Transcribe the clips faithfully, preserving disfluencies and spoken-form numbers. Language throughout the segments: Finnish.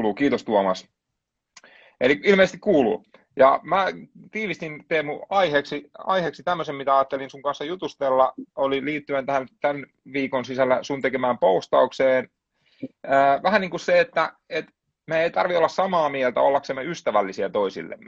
kuuluu. Kiitos Tuomas. Eli ilmeisesti kuuluu. Ja mä tiivistin Teemu aiheeksi, aiheeksi tämmöisen, mitä ajattelin sun kanssa jutustella, oli liittyen tähän tämän viikon sisällä sun tekemään postaukseen. Ää, vähän niin kuin se, että, että me ei tarvitse olla samaa mieltä ollaksemme ystävällisiä toisillemme.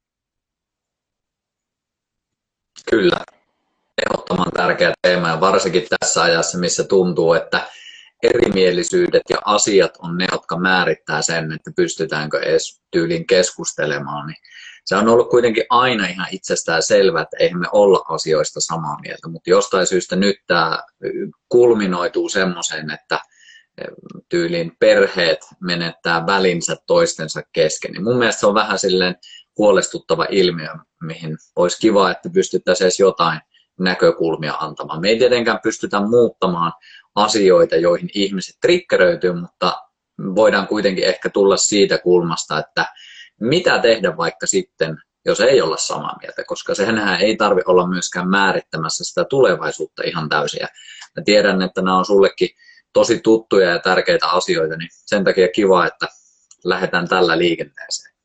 Kyllä, ehdottoman tärkeä teema ja varsinkin tässä ajassa, missä tuntuu, että erimielisyydet ja asiat on ne, jotka määrittää sen, että pystytäänkö edes tyyliin keskustelemaan. Niin se on ollut kuitenkin aina ihan itsestään selvää, että eihän me olla asioista samaa mieltä, mutta jostain syystä nyt tämä kulminoituu semmoiseen, että tyyliin perheet menettää välinsä toistensa kesken. Niin mun mielestä se on vähän silleen huolestuttava ilmiö, mihin olisi kiva, että pystyttäisiin edes jotain näkökulmia antamaan. Me ei tietenkään pystytä muuttamaan asioita, joihin ihmiset triggeröityy, mutta voidaan kuitenkin ehkä tulla siitä kulmasta, että mitä tehdä vaikka sitten, jos ei olla samaa mieltä, koska senhän ei tarvitse olla myöskään määrittämässä sitä tulevaisuutta ihan täysin. Ja mä tiedän, että nämä on sullekin tosi tuttuja ja tärkeitä asioita, niin sen takia kiva, että lähdetään tällä liikenteeseen.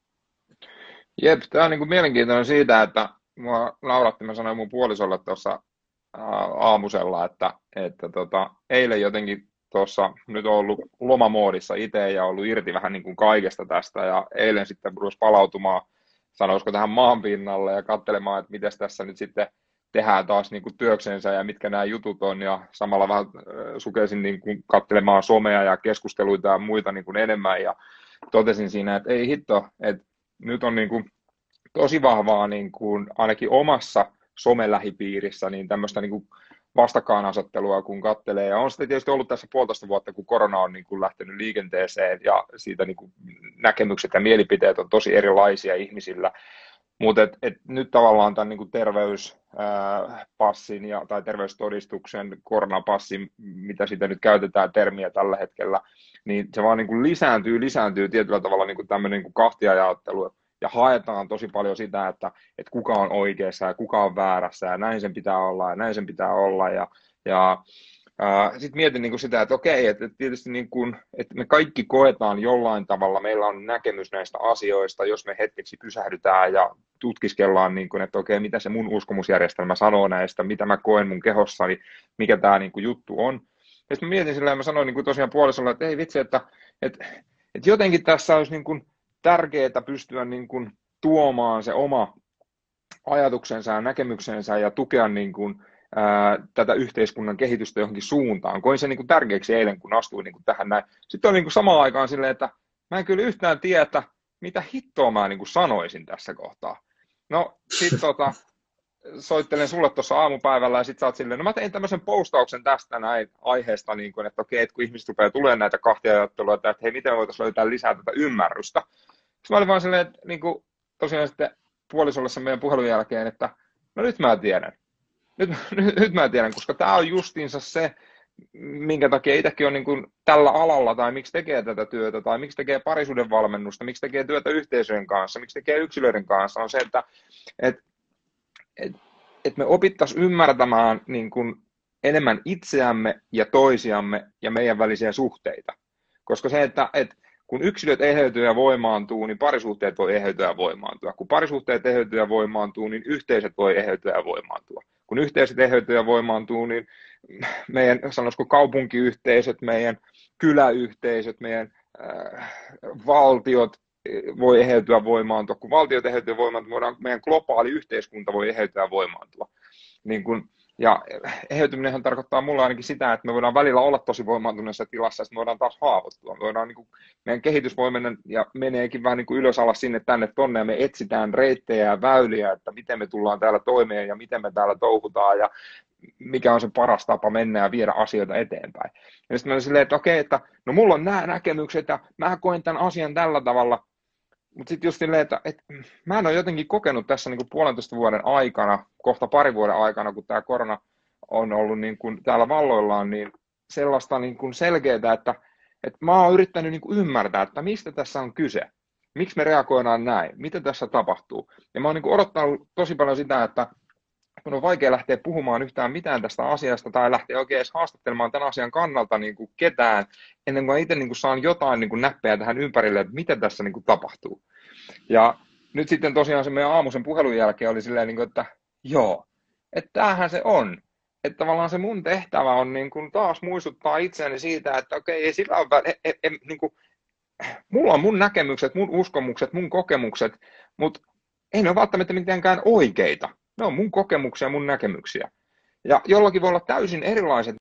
Jep, tämä on niin kuin mielenkiintoinen siitä, että mua nauratti, mä sanoin mun puolisolle tuossa aamusella, että, että tota, eilen jotenkin tuossa nyt on ollut lomamoodissa itse ja ollut irti vähän niin kuin kaikesta tästä ja eilen sitten rupesi palautumaan, sanoisiko tähän maanpinnalle ja katselemaan, että miten tässä nyt sitten tehdään taas niin kuin työksensä ja mitkä nämä jutut on ja samalla vähän sukelsin niin kuin katselemaan somea ja keskusteluita ja muita niin kuin enemmän ja totesin siinä, että ei hitto, että nyt on niin kuin tosi vahvaa niin kuin ainakin omassa somelähipiirissä niin tämmöistä niin kuin vastakkainasettelua, kun katselee. Ja on sitten tietysti ollut tässä puolitoista vuotta, kun korona on niin kuin lähtenyt liikenteeseen ja siitä niin kuin näkemykset ja mielipiteet on tosi erilaisia ihmisillä. Mutta et, et nyt tavallaan tämän niin kuin terveyspassin ja, tai terveystodistuksen, koronapassin, mitä sitä nyt käytetään termiä tällä hetkellä, niin se vaan niin kuin lisääntyy, lisääntyy tietyllä tavalla niin kuin tämmöinen niin kuin kahtiajaottelu. Ja haetaan tosi paljon sitä, että, että kuka on oikeassa ja kuka on väärässä ja näin sen pitää olla ja näin sen pitää olla. Ja, ja sitten mietin niin kuin sitä, että okei, että tietysti niin kuin, että me kaikki koetaan jollain tavalla, meillä on näkemys näistä asioista, jos me hetkeksi pysähdytään ja tutkiskellaan, niin kuin, että okei, mitä se mun uskomusjärjestelmä sanoo näistä, mitä mä koen mun kehossani, mikä tämä niin kuin juttu on. Ja sitten mä mietin sillä ja mä sanoin niin kuin tosiaan puolisolla, että ei vitsi, että, että, että jotenkin tässä olisi niin kuin tärkeää pystyä niin kuin tuomaan se oma ajatuksensa ja näkemyksensä ja tukea niin kuin, ää, tätä yhteiskunnan kehitystä johonkin suuntaan. Koin sen niin kuin tärkeäksi eilen, kun astuin niin kuin tähän näin. Sitten on niin kuin samaan aikaan silleen, että mä en kyllä yhtään tiedä, että mitä hittoa mä niin kuin sanoisin tässä kohtaa. No sit tota, soittelen sulle tuossa aamupäivällä ja sit sä oot silleen, no mä tein tämmöisen postauksen tästä näin aiheesta, niin kuin, että okei, että kun ihmiset rupeaa tulemaan näitä kahtiaajattelua, että hei, miten me voitaisiin löytää lisää tätä ymmärrystä. Sitten mä olin vaan silleen, että niin kuin, tosiaan sitten puolisolle sen meidän puhelun jälkeen, että no nyt mä tiedän. Nyt, nyt, nyt mä tiedän, koska tää on justiinsa se, minkä takia itsekin on niin kuin tällä alalla, tai miksi tekee tätä työtä, tai miksi tekee parisuuden valmennusta, miksi tekee työtä yhteisöjen kanssa, miksi tekee yksilöiden kanssa, on se, että et, et, et me opittaisiin ymmärtämään niin kuin enemmän itseämme ja toisiamme ja meidän välisiä suhteita. Koska se, että et, kun yksilöt eheytyy ja voimaantuu, niin parisuhteet voi eheytyä ja voimaantua. Kun parisuhteet eheytyy ja voimaantuu, niin yhteisöt voi eheytyä ja voimaantua. Kun yhteisöt eheytyy ja voimaantuu, niin meidän, sanoisiko kaupunkiyhteisöt, meidän kyläyhteisöt, meidän äh, valtiot voi eheytyä ja voimaantua. Kun valtiot eheytyy ja voimaantua, meidän globaali yhteiskunta voi eheytyä ja voimaantua. Niin kun, ja eheytyminenhän tarkoittaa mulle ainakin sitä, että me voidaan välillä olla tosi voimaantuneessa tilassa, ja sitten me voidaan taas haavoittua. Me voidaan, niin kuin, meidän kehitys voi mennä ja meneekin vähän niin kuin ylös alas sinne tänne tonne, ja me etsitään reittejä ja väyliä, että miten me tullaan täällä toimeen ja miten me täällä touhutaan ja mikä on se paras tapa mennä ja viedä asioita eteenpäin. Ja sitten mä olin silleen, että okei, että no mulla on nämä näkemykset ja mä koen tämän asian tällä tavalla. Mutta sitten just silleen, että, että mä en ole jotenkin kokenut tässä niin kuin puolentoista vuoden aikana, kohta pari vuoden aikana, kun tämä korona on ollut niin kuin täällä valloillaan, niin sellaista niin kuin selkeää, että, että mä oon yrittänyt niin kuin ymmärtää, että mistä tässä on kyse. Miksi me reagoidaan näin? Mitä tässä tapahtuu? Ja mä oon niin kuin odottanut tosi paljon sitä, että mun on vaikea lähteä puhumaan yhtään mitään tästä asiasta tai lähteä oikein edes haastattelemaan tämän asian kannalta niin kuin ketään, ennen kuin itse niin kuin saan jotain niin kuin näppejä tähän ympärille, että mitä tässä niin kuin tapahtuu. Ja nyt sitten tosiaan se meidän aamuisen puhelun jälkeen oli silleen, niin kuin, että joo, että tämähän se on. Että tavallaan se mun tehtävä on niin kuin taas muistuttaa itseäni siitä, että okei, ei sillä ole, e, e, e, niin kuin, mulla on mun näkemykset, mun uskomukset, mun kokemukset, mutta ei ne ole välttämättä mitenkään oikeita. Ne on mun kokemuksia, mun näkemyksiä. Ja jollakin voi olla täysin erilaiset.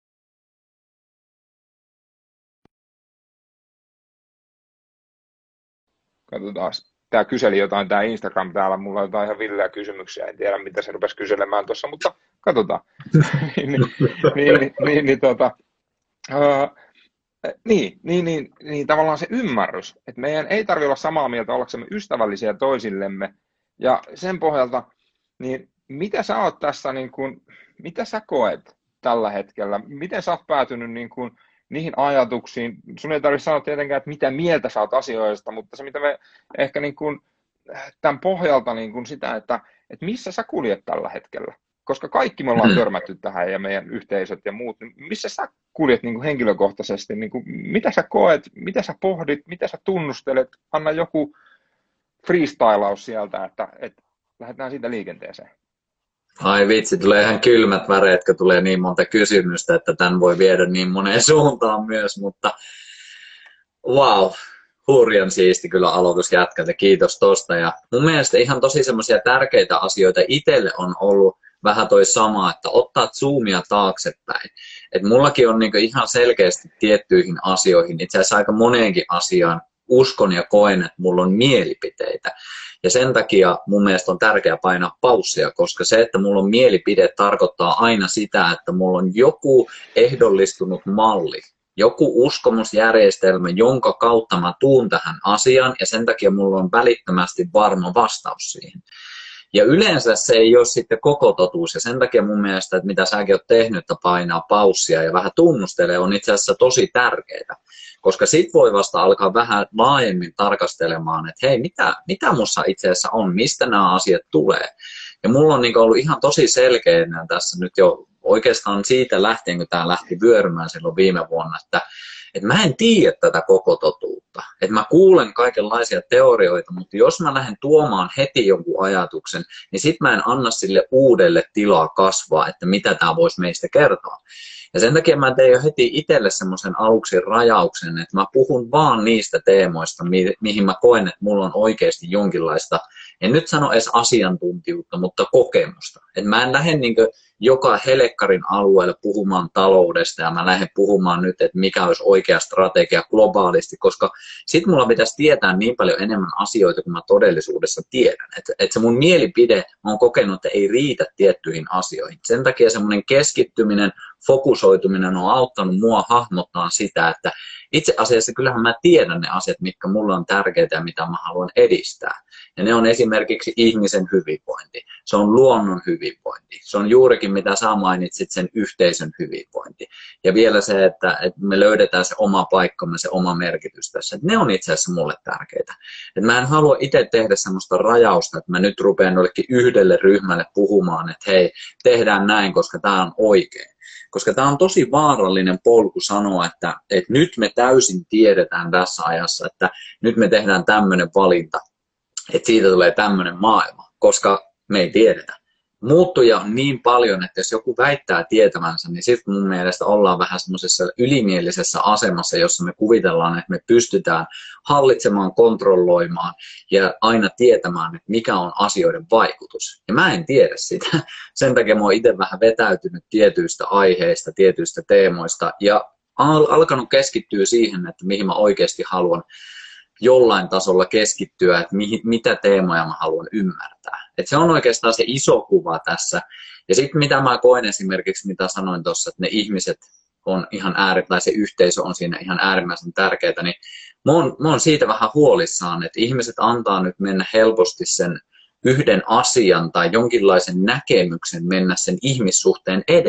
Katsotaan. Tämä kyseli jotain, tämä Instagram täällä, mulla on jotain ihan villeä kysymyksiä, en tiedä mitä se rupesi kyselemään tuossa, mutta katsotaan. niin, niin, niin, niin, niin, tota, uh, niin, niin, niin, niin tavallaan se ymmärrys, että meidän ei tarvitse olla samaa mieltä ollaksemme ystävällisiä toisillemme, ja sen pohjalta, niin mitä sä oot tässä, niin kun, mitä sä koet tällä hetkellä, miten sä oot päätynyt niin kun, niihin ajatuksiin, sun ei tarvitse sanoa tietenkään, että mitä mieltä sä oot asioista, mutta se mitä me ehkä niin kun, tämän pohjalta niin kun sitä, että, että missä sä kuljet tällä hetkellä, koska kaikki me ollaan törmätty tähän ja meidän yhteisöt ja muut, niin missä sä kuljet niin kun henkilökohtaisesti, niin kun, mitä sä koet, mitä sä pohdit, mitä sä tunnustelet, anna joku freestylaus sieltä, että, että lähdetään siitä liikenteeseen. Ai vitsi, tulee ihan kylmät väreet, kun tulee niin monta kysymystä, että tämän voi viedä niin moneen suuntaan myös, mutta wow, hurjan siisti kyllä aloitus jätkältä, kiitos tosta. Ja mun mielestä ihan tosi semmoisia tärkeitä asioita itselle on ollut vähän toi sama, että ottaa zoomia taaksepäin. Et mullakin on niinku ihan selkeästi tiettyihin asioihin, itse asiassa aika moneenkin asiaan uskon ja koen, että mulla on mielipiteitä. Ja sen takia mun mielestä on tärkeää painaa paussia, koska se, että mulla on mielipide, tarkoittaa aina sitä, että mulla on joku ehdollistunut malli, joku uskomusjärjestelmä, jonka kautta mä tuun tähän asiaan, ja sen takia mulla on välittömästi varma vastaus siihen. Ja yleensä se ei ole sitten koko totuus, ja sen takia mun mielestä, että mitä säkin oot tehnyt, että painaa paussia ja vähän tunnustelee, on itse asiassa tosi tärkeää. Koska sit voi vasta alkaa vähän laajemmin tarkastelemaan, että hei, mitä, mitä musta itse asiassa on, mistä nämä asiat tulee. Ja mulla on niin ollut ihan tosi selkeä tässä nyt jo oikeastaan siitä lähtien, kun tämä lähti vyörymään silloin viime vuonna, että, että mä en tiedä tätä koko totuutta. Että mä kuulen kaikenlaisia teorioita, mutta jos mä lähden tuomaan heti jonkun ajatuksen, niin sit mä en anna sille uudelle tilaa kasvaa, että mitä tämä voisi meistä kertoa. Ja sen takia mä tein jo heti itselle semmoisen aluksi rajauksen, että mä puhun vaan niistä teemoista, mi- mihin mä koen, että mulla on oikeasti jonkinlaista, en nyt sano edes asiantuntijuutta, mutta kokemusta. Että mä en lähde niin kuin joka helekkarin alueelle puhumaan taloudesta ja mä lähden puhumaan nyt, että mikä olisi oikea strategia globaalisti, koska sit mulla pitäisi tietää niin paljon enemmän asioita kuin mä todellisuudessa tiedän. Että et se mun mielipide, mä oon kokenut, että ei riitä tiettyihin asioihin. Sen takia semmoinen keskittyminen, fokusoituminen on auttanut mua hahmottaa sitä, että itse asiassa kyllähän mä tiedän ne asiat, mitkä mulle on tärkeitä ja mitä mä haluan edistää. Ja ne on esimerkiksi ihmisen hyvinvointi, se on luonnon hyvinvointi, se on juurikin mitä sä mainitsit, sen yhteisön hyvinvointi. Ja vielä se, että, että me löydetään se oma paikkamme, se oma merkitys tässä. Että ne on itse asiassa mulle tärkeitä. Että mä en halua itse tehdä semmoista rajausta, että mä nyt rupean jollekin yhdelle ryhmälle puhumaan, että hei, tehdään näin, koska tämä on oikein. Koska tämä on tosi vaarallinen polku sanoa, että, että nyt me täysin tiedetään tässä ajassa, että nyt me tehdään tämmöinen valinta, että siitä tulee tämmöinen maailma, koska me ei tiedetä. Muuttuja on niin paljon, että jos joku väittää tietävänsä, niin sitten mun mielestä ollaan vähän semmoisessa ylimielisessä asemassa, jossa me kuvitellaan, että me pystytään hallitsemaan, kontrolloimaan ja aina tietämään, että mikä on asioiden vaikutus. Ja mä en tiedä sitä. Sen takia mä oon itse vähän vetäytynyt tietyistä aiheista, tietyistä teemoista ja alkanut keskittyä siihen, että mihin mä oikeasti haluan jollain tasolla keskittyä, että mihin, mitä teemoja mä haluan ymmärtää. Et se on oikeastaan se iso kuva tässä. Ja sitten mitä mä koen esimerkiksi, mitä sanoin tuossa, että ne ihmiset on ihan äärimmäisen, se yhteisö on siinä ihan äärimmäisen tärkeää, niin mä oon, mä oon siitä vähän huolissaan, että ihmiset antaa nyt mennä helposti sen yhden asian tai jonkinlaisen näkemyksen mennä sen ihmissuhteen edelle.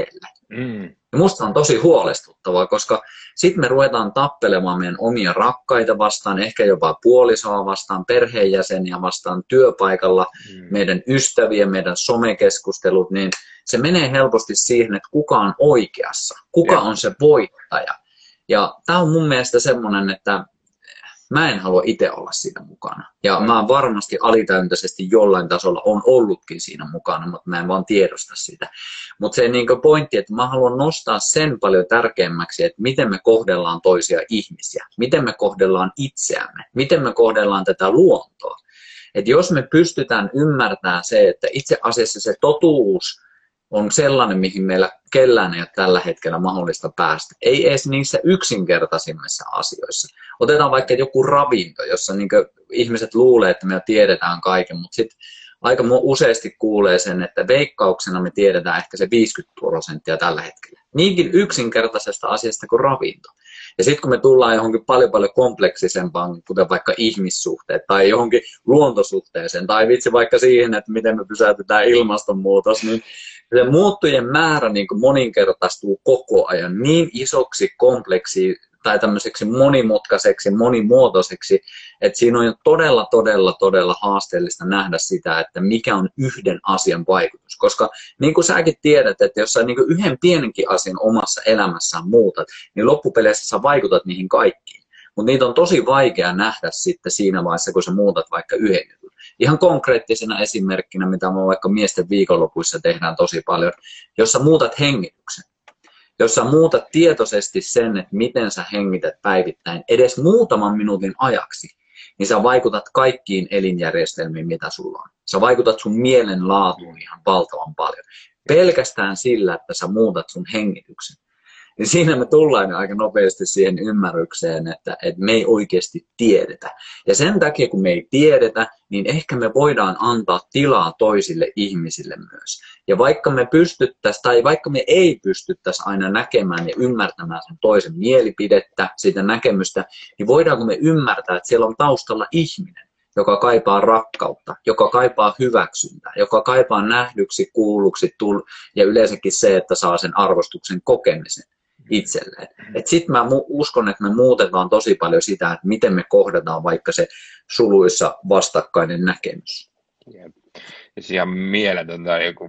Mm. Ja musta on tosi huolestuttavaa, koska sitten me ruvetaan tappelemaan meidän omia rakkaita vastaan, ehkä jopa puolisoa vastaan, perheenjäseniä vastaan työpaikalla, Mm. meidän ystäviä, meidän somekeskustelut, niin se menee helposti siihen, että kuka on oikeassa, kuka Jep. on se voittaja. Ja tämä on mun mielestä semmoinen, että mä en halua itse olla siinä mukana. Ja Mm. mä varmasti alitäyntäisesti jollain tasolla on ollutkin siinä mukana, mutta mä en vaan tiedosta sitä. Mutta se niin pointti, että mä haluan nostaa sen paljon tärkeämmäksi, että miten me kohdellaan toisia ihmisiä, miten me kohdellaan itseämme, miten me kohdellaan tätä luontoa. Että jos me pystytään ymmärtämään se, että itse asiassa se totuus on sellainen, mihin meillä kellään ei ole tällä hetkellä mahdollista päästä. Ei edes niissä yksinkertaisimmissa asioissa. Otetaan vaikka joku ravinto, jossa niin ihmiset luulee, että me tiedetään kaiken, mutta sitten aika useasti kuulee sen, että veikkauksena me tiedetään ehkä se viisikymmentä prosenttia tällä hetkellä. Niinkin yksinkertaisesta asiasta kuin ravinto. Ja sitten kun me tullaan johonkin paljon paljon kompleksisempaan, kuten vaikka ihmissuhteet tai johonkin luontosuhteeseen, tai vitsi vaikka siihen, että miten me pysäytetään ilmastonmuutos, niin se muuttujen määrä niin kuin moninkertaistuu koko ajan niin isoksi, kompleksi tai tämmöiseksi monimutkaiseksi, monimuotoiseksi, että siinä on todella, todella, todella haasteellista nähdä sitä, että mikä on yhden asian vaikutus. Koska niin kuin säkin tiedät, että jos sä niin kuin yhden pienenkin asian omassa elämässään muutat, niin loppupeleissä sä vaikutat niihin kaikkiin. Mutta niitä on tosi vaikea nähdä sitten siinä vaiheessa, kun sä muutat vaikka yhden jutun. Ihan konkreettisena esimerkkinä, mitä me vaikka miesten viikonlopuissa tehdään tosi paljon, jos sä muutat hengityksen. Jos sä muutat tietoisesti sen, että miten sä hengität päivittäin edes muutaman minuutin ajaksi, niin sä vaikutat kaikkiin elinjärjestelmiin, mitä sulla on. Sä vaikutat sun mielen laatuun ihan valtavan paljon. Pelkästään sillä, että sä muutat sun hengityksen. Niin siinä me tullaan aika nopeasti siihen ymmärrykseen, että, että me ei oikeasti tiedetä. Ja sen takia, kun me ei tiedetä, niin ehkä me voidaan antaa tilaa toisille ihmisille myös. Ja vaikka me pystyttäisiin, tai vaikka me ei pystyttäisi aina näkemään ja ymmärtämään sen toisen mielipidettä, sitä näkemystä, niin voidaanko me ymmärtää, että siellä on taustalla ihminen, joka kaipaa rakkautta, joka kaipaa hyväksyntää, joka kaipaa nähdyksi, kuulluksi ja yleensäkin se, että saa sen arvostuksen kokemisen itselleen. Sitten mä uskon, että me muutetaan tosi paljon sitä, että miten me kohdataan vaikka se suluissa vastakkainen näkemys. Jep. Ja se ihan mieletöntä, joku,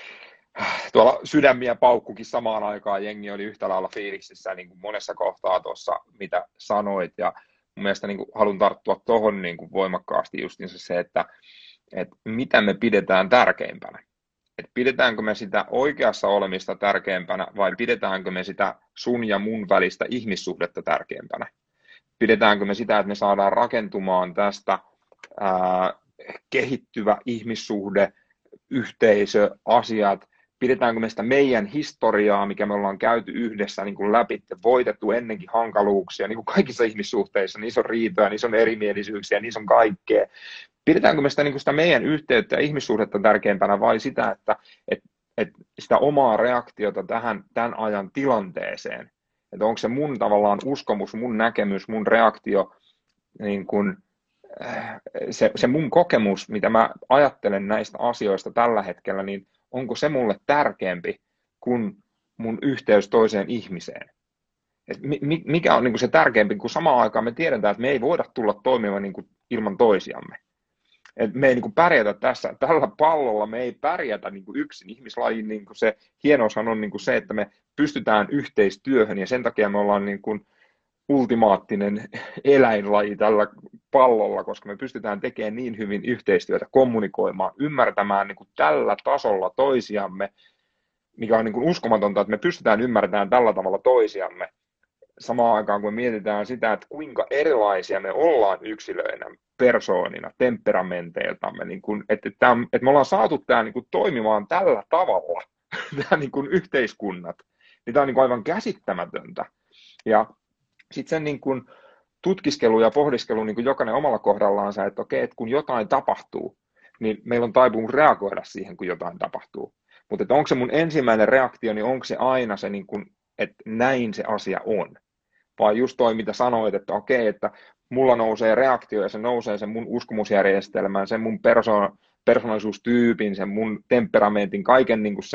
tuolla sydämiä paukkukin samaan aikaan, jengi oli yhtä lailla fiiliksissä niin kuin monessa kohtaa tuossa, mitä sanoit, ja mun mielestä niin kuin haluan tarttua tuohon niin kuin voimakkaasti justiinsa se, että, että mitä me pidetään tärkeimpänä. Et pidetäänkö me sitä oikeassa olemista tärkeämpänä vai pidetäänkö me sitä sun ja mun välistä ihmissuhdetta tärkeämpänä? Pidetäänkö me sitä, että me saadaan rakentumaan tästä ää, kehittyvä ihmissuhde, yhteisö, asiat? Pidetäänkö me sitä meidän historiaa, mikä me ollaan käyty yhdessä niin kuin läpi, voitettu ennenkin hankaluuksia, niin kuin kaikissa ihmissuhteissa, niissä on riitoja, niissä on erimielisyyksiä, niissä on kaikkea. Pidetäänkö me sitä, niin kuin sitä meidän yhteyttä ja ihmissuhdetta tärkeämpänä vai sitä, että et, et sitä omaa reaktiota tähän tämän ajan tilanteeseen? Että onko se mun tavallaan uskomus, mun näkemys, mun reaktio, niin kuin, se, se mun kokemus, mitä mä ajattelen näistä asioista tällä hetkellä, niin onko se mulle tärkeämpi kuin mun yhteys toiseen ihmiseen? Et mi, mikä on niin kuin se tärkeämpi, kun samaan aikaan me tiedetään, että me ei voida tulla toimimaan niin kuin ilman toisiamme. Et me ei niin kuin pärjätä tässä, tällä pallolla, me ei pärjätä niin kuin yksin. Ihmislajin niin kuin se hienoushan on niin kuin se, että me pystytään yhteistyöhön ja sen takia me ollaan niin kuin ultimaattinen eläinlaji tällä pallolla, koska me pystytään tekemään niin hyvin yhteistyötä, kommunikoimaan, ymmärtämään niin kuin tällä tasolla toisiamme, mikä on niin kuin uskomatonta, että me pystytään ymmärtämään tällä tavalla toisiamme samaan aikaan, kun me mietitään sitä, että kuinka erilaisia me ollaan yksilöinä, persoonina, temperamenteiltamme, niin kuin, että, että, että me ollaan saatu tämä niin kuin toimimaan tällä tavalla, tämä niin kuin yhteiskunnat, niin tämä on niin kuin aivan käsittämätöntä. Ja sitten sen niin kuin tutkiskelu ja pohdiskelu niin kuin jokainen omalla kohdallaan, että okei, että kun jotain tapahtuu, niin meillä on taipumus reagoida siihen, kun jotain tapahtuu. Mutta onko se mun ensimmäinen reaktio, niin onko se aina se, niin kuin, että näin se asia on? Vai just toi, mitä sanoit, että okei, että mulla nousee reaktio ja se nousee sen mun uskomusjärjestelmän, sen mun perso- persoonallisuustyypin, sen mun temperamentin, kaiken niin kuin sen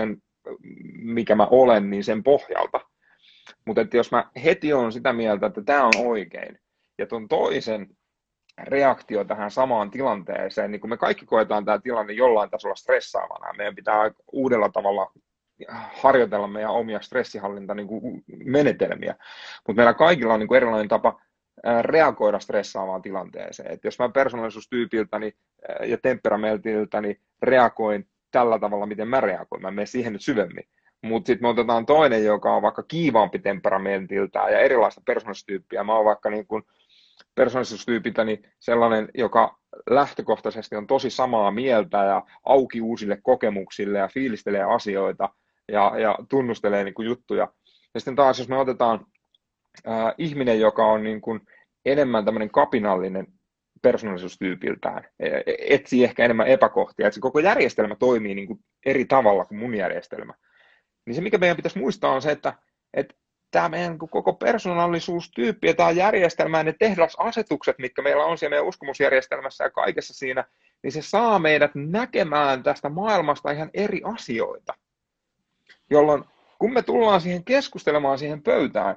mikä mä olen, niin sen pohjalta. Mutta että jos mä heti on sitä mieltä, että tämä on oikein, ja ton toisen reaktio tähän samaan tilanteeseen, niin kun me kaikki koetaan tämä tilanne jollain tasolla stressaavana, meidän pitää uudella tavalla harjoitella meidän omia stressihallinta-menetelmiä, mutta meillä kaikilla on niin kuin erilainen tapa reagoida stressaavaan tilanteeseen. Et jos mä persoonallisuustyypiltäni ja temperamentiltäni reagoin tällä tavalla, miten mä reagoin, mä menen siihen nyt syvemmin. Mutta sitten me otetaan toinen, joka on vaikka kiivaampi temperamentiltään ja erilaista persoonallisuustyyppiä. Mä oon vaikka niin kuin persoonallisuustyypiltäni sellainen, joka lähtökohtaisesti on tosi samaa mieltä ja auki uusille kokemuksille ja fiilistelee asioita ja, ja tunnustelee niin kuin juttuja. Ja sitten taas, jos me otetaan äh, ihminen, joka on niin kuin enemmän tämmöinen kapinallinen persoonallisuustyypiltään, etsii ehkä enemmän epäkohtia, että se koko järjestelmä toimii niin kuin eri tavalla kuin mun järjestelmä. Niin se, mikä meidän pitäisi muistaa, on se, että, että tämä meidän koko persoonallisuustyyppi ja tämä järjestelmä ja ne tehdasasetukset, mitkä meillä on siellä meidän uskomusjärjestelmässä ja kaikessa siinä, niin se saa meidät näkemään tästä maailmasta ihan eri asioita. Jolloin kun me tullaan siihen keskustelemaan siihen pöytään,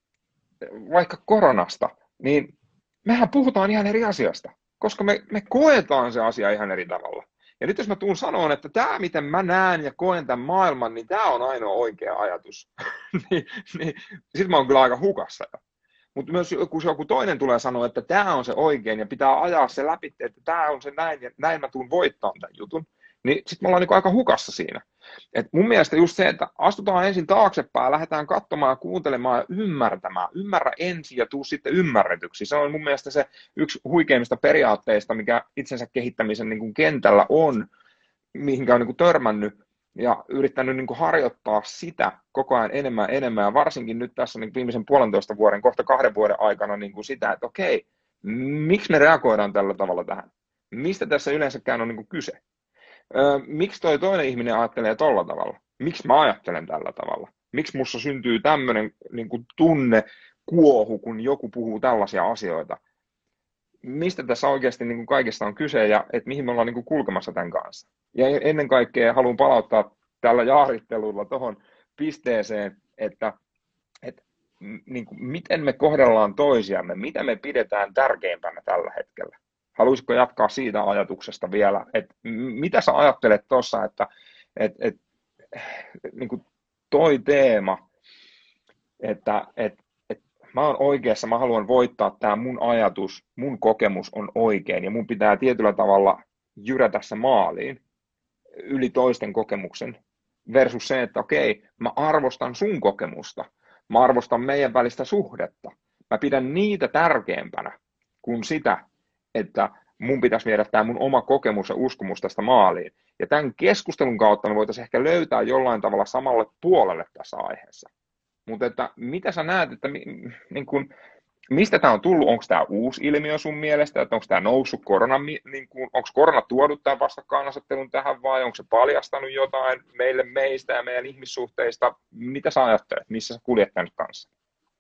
vaikka koronasta, niin mehän puhutaan ihan eri asiasta, koska me, me koetaan se asia ihan eri tavalla. Ja nyt jos mä tuun sanoon, että tämä, miten mä näen ja koen tämän maailman, niin tämä on ainoa oikea ajatus, niin, niin sitten mä oon kyllä aika hukassa jo. Mutta myös kun joku toinen tulee sanoa, että tämä on se oikein ja pitää ajaa se läpi, että tämä on se näin ja näin mä tuun voittamaan tämän jutun, niin sitten me ollaan niin aika hukassa siinä. Et mun mielestä just se, että astutaan ensin taaksepäin ja lähdetään katsomaan ja kuuntelemaan ja ymmärtämään. Ymmärrä ensin ja tuu sitten ymmärretyksi. Se on mun mielestä se yksi huikeimmista periaatteista, mikä itsensä kehittämisen niin kuin kentällä on, mihinkä on niin kuin törmännyt ja yrittänyt niin kuin harjoittaa sitä koko ajan enemmän ja enemmän. Ja varsinkin nyt tässä niin viimeisen puolentoista vuoden, kohta kahden vuoden aikana niin kuin sitä, että okei, miksi me reagoidaan tällä tavalla tähän? Mistä tässä yleensäkään on niin kuin kyse? Öö, miksi toi toinen ihminen ajattelee tolla tavalla? Miksi mä ajattelen tällä tavalla? Miksi musta syntyy tämmöinen niin kuin tunne, kuohu, kun joku puhuu tällaisia asioita? Mistä tässä oikeasti niin kuin kaikesta on kyse ja että mihin me ollaan niin kuin kulkemassa tämän kanssa? Ja ennen kaikkea haluan palauttaa tällä jaarittelulla tuohon pisteeseen, että, että niin kuin, miten me kohdellaan toisiamme, mitä me pidetään tärkeimpänä tällä hetkellä. Haluaisitko jatkaa siitä ajatuksesta vielä, että mitä sä ajattelet tuossa, että, että, että niin kuin toi teema, että, että, että mä oon oikeassa, mä haluan voittaa, tämä mun ajatus, mun kokemus on oikein ja mun pitää tietyllä tavalla jyrätä se maaliin yli toisten kokemuksen versus se, että okei, mä arvostan sun kokemusta, mä arvostan meidän välistä suhdetta, mä pidän niitä tärkeämpänä kuin sitä, että mun pitäisi viedä tämä mun oma kokemus ja uskomus tästä maaliin. Ja tämän keskustelun kautta me voitaisiin ehkä löytää jollain tavalla samalle puolelle tässä aiheessa. Mutta että mitä sä näet, että niin kun, mistä tämä on tullut? Onko tämä uusi ilmiö sun mielestä? Että onko tämä noussut korona, niin kun, onko korona tuodut tämän vastakkainasettelun tähän vai onko se paljastanut jotain meille meistä ja meidän ihmissuhteista? Mitä sä ajattelet? Missä sä kuljet tämän kanssa?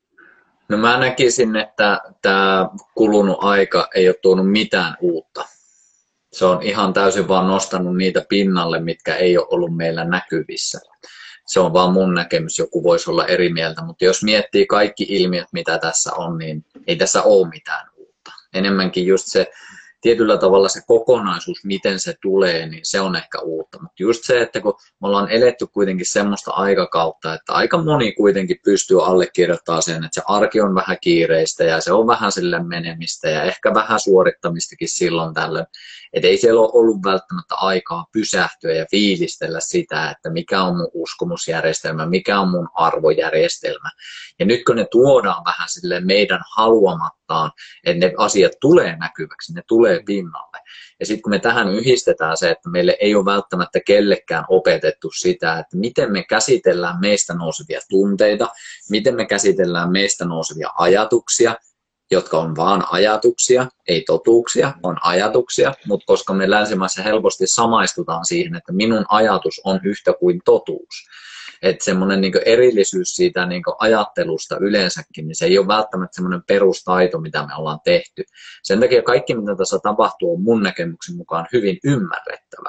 No mä näkisin, että tämä kulunut aika ei ole tuonut mitään uutta. Se on ihan täysin vaan nostanut niitä pinnalle, mitkä ei ole ollut meillä näkyvissä. Se on vaan mun näkemys, joku voisi olla eri mieltä, mutta jos miettii kaikki ilmiöt, mitä tässä on, niin ei tässä ole mitään uutta. Enemmänkin just se tietyllä tavalla se kokonaisuus, miten se tulee, niin se on ehkä uutta. Mutta just se, että kun me ollaan eletty kuitenkin semmoista aikakautta, että aika moni kuitenkin pystyy allekirjoittamaan sen, että se arki on vähän kiireistä ja se on vähän sille menemistä ja ehkä vähän suorittamistakin silloin tällöin. Että ei siellä ole ollut välttämättä aikaa pysähtyä ja fiilistellä sitä, että mikä on mun uskomusjärjestelmä, mikä on mun arvojärjestelmä. Ja nyt kun ne tuodaan vähän sille meidän haluamattaan, että ne asiat tulee näkyväksi, ne tulee pinnalle. Ja sitten kun me tähän yhdistetään se, että meille ei ole välttämättä kellekään opetettu sitä, että miten me käsitellään meistä nousevia tunteita, miten me käsitellään meistä nousevia ajatuksia, jotka on vaan ajatuksia, ei totuuksia, on ajatuksia, mutta koska me länsimaissa helposti samaistutaan siihen, että minun ajatus on yhtä kuin totuus. Että semmoinen niin erillisyys siitä niin ajattelusta yleensäkin, niin se ei ole välttämättä semmoinen perustaito, mitä me ollaan tehty. Sen takia kaikki, mitä tässä tapahtuu, on mun näkemyksen mukaan hyvin ymmärrettävää.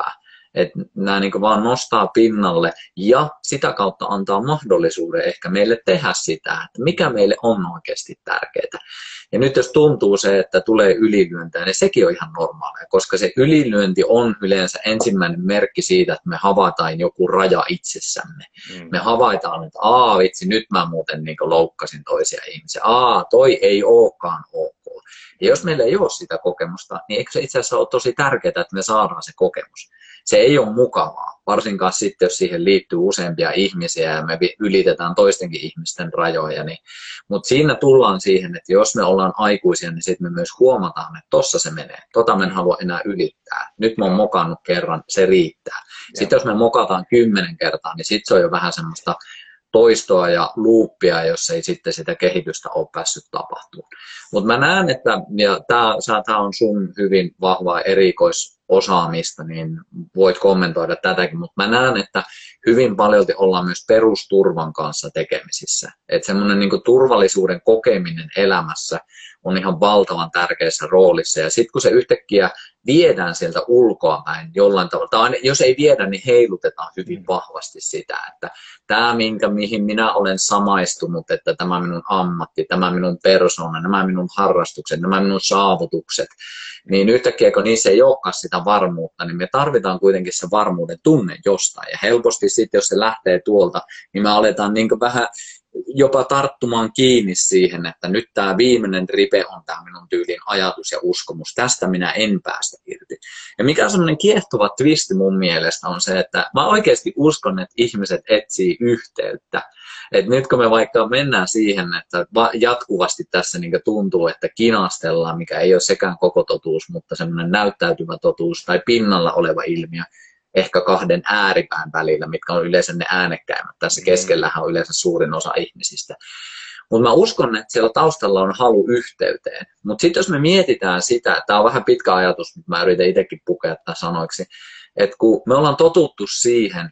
Että nämä niin vaan nostaa pinnalle ja sitä kautta antaa mahdollisuuden ehkä meille tehdä sitä, että mikä meille on oikeasti tärkeää. Ja nyt jos tuntuu se, että tulee ylilyöntejä, niin sekin on ihan normaalia, koska se ylilyönti on yleensä ensimmäinen merkki siitä, että me havaitaan joku raja itsessämme. Mm. Me havaitaan, että aa vitsi, nyt mä muuten niin loukkasin toisia ihmisiä. Aa, toi ei olekaan ok. Ja jos meillä ei ole sitä kokemusta, niin eikö se itse asiassa ole tosi tärkeää, että me saadaan se kokemus. Se ei ole mukavaa, varsinkaan sitten, jos siihen liittyy useampia ihmisiä ja me ylitetään toistenkin ihmisten rajoja. Niin, mutta siinä tullaan siihen, että jos me ollaan aikuisia, niin sitten me myös huomataan, että tossa se menee. Tota me en halua enää ylittää. Nyt mä oon mokannut kerran, se riittää. Sitten jos me mokataan kymmenen kertaa, niin sitten se on jo vähän semmoista toistoa ja luuppia, jos ei sitten sitä kehitystä ole päässyt tapahtumaan. Mutta mä näen, että ja tämä on sun hyvin vahvaa erikoisosaamista, niin voit kommentoida tätäkin, mutta mä näen, että hyvin paljolti ollaan myös perusturvan kanssa tekemisissä. Että semmoinen niinku turvallisuuden kokeminen elämässä on ihan valtavan tärkeässä roolissa. Ja sitten kun se yhtäkkiä viedään sieltä ulkoa päin jollain tavalla, tai jos ei viedä, niin heilutetaan hyvin vahvasti sitä, että tämä, minkä, mihin minä olen samaistunut, että tämä minun ammatti, tämä minun persoona, nämä minun harrastukset, nämä minun saavutukset, niin yhtäkkiä kun niissä ei olekaan sitä varmuutta, niin me tarvitaan kuitenkin se varmuuden tunne jostain. Ja helposti sitten, jos se lähtee tuolta, niin me aletaan niin vähän jopa tarttumaan kiinni siihen, että nyt tämä viimeinen ripe on tämä minun tyylin ajatus ja uskomus. Tästä minä en päästä irti. Ja mikä on semmoinen kiehtova twisti mun mielestä on se, että mä oikeasti uskon, että ihmiset etsii yhteyttä. Et nyt kun me vaikka mennään siihen, että jatkuvasti tässä niin tuntuu, että kinastellaan, mikä ei ole sekään koko totuus, mutta semmoinen näyttäytyvä totuus tai pinnalla oleva ilmiö, ehkä kahden ääripään välillä, mitkä on yleensä ne äänekkäimmät. Tässä keskellähän on yleensä suurin osa ihmisistä. Mutta mä uskon, että siellä taustalla on halu yhteyteen. Mutta sitten jos me mietitään sitä, tämä on vähän pitkä ajatus, mutta mä yritän itsekin pukea tämän sanoiksi, että kun me ollaan totuttu siihen,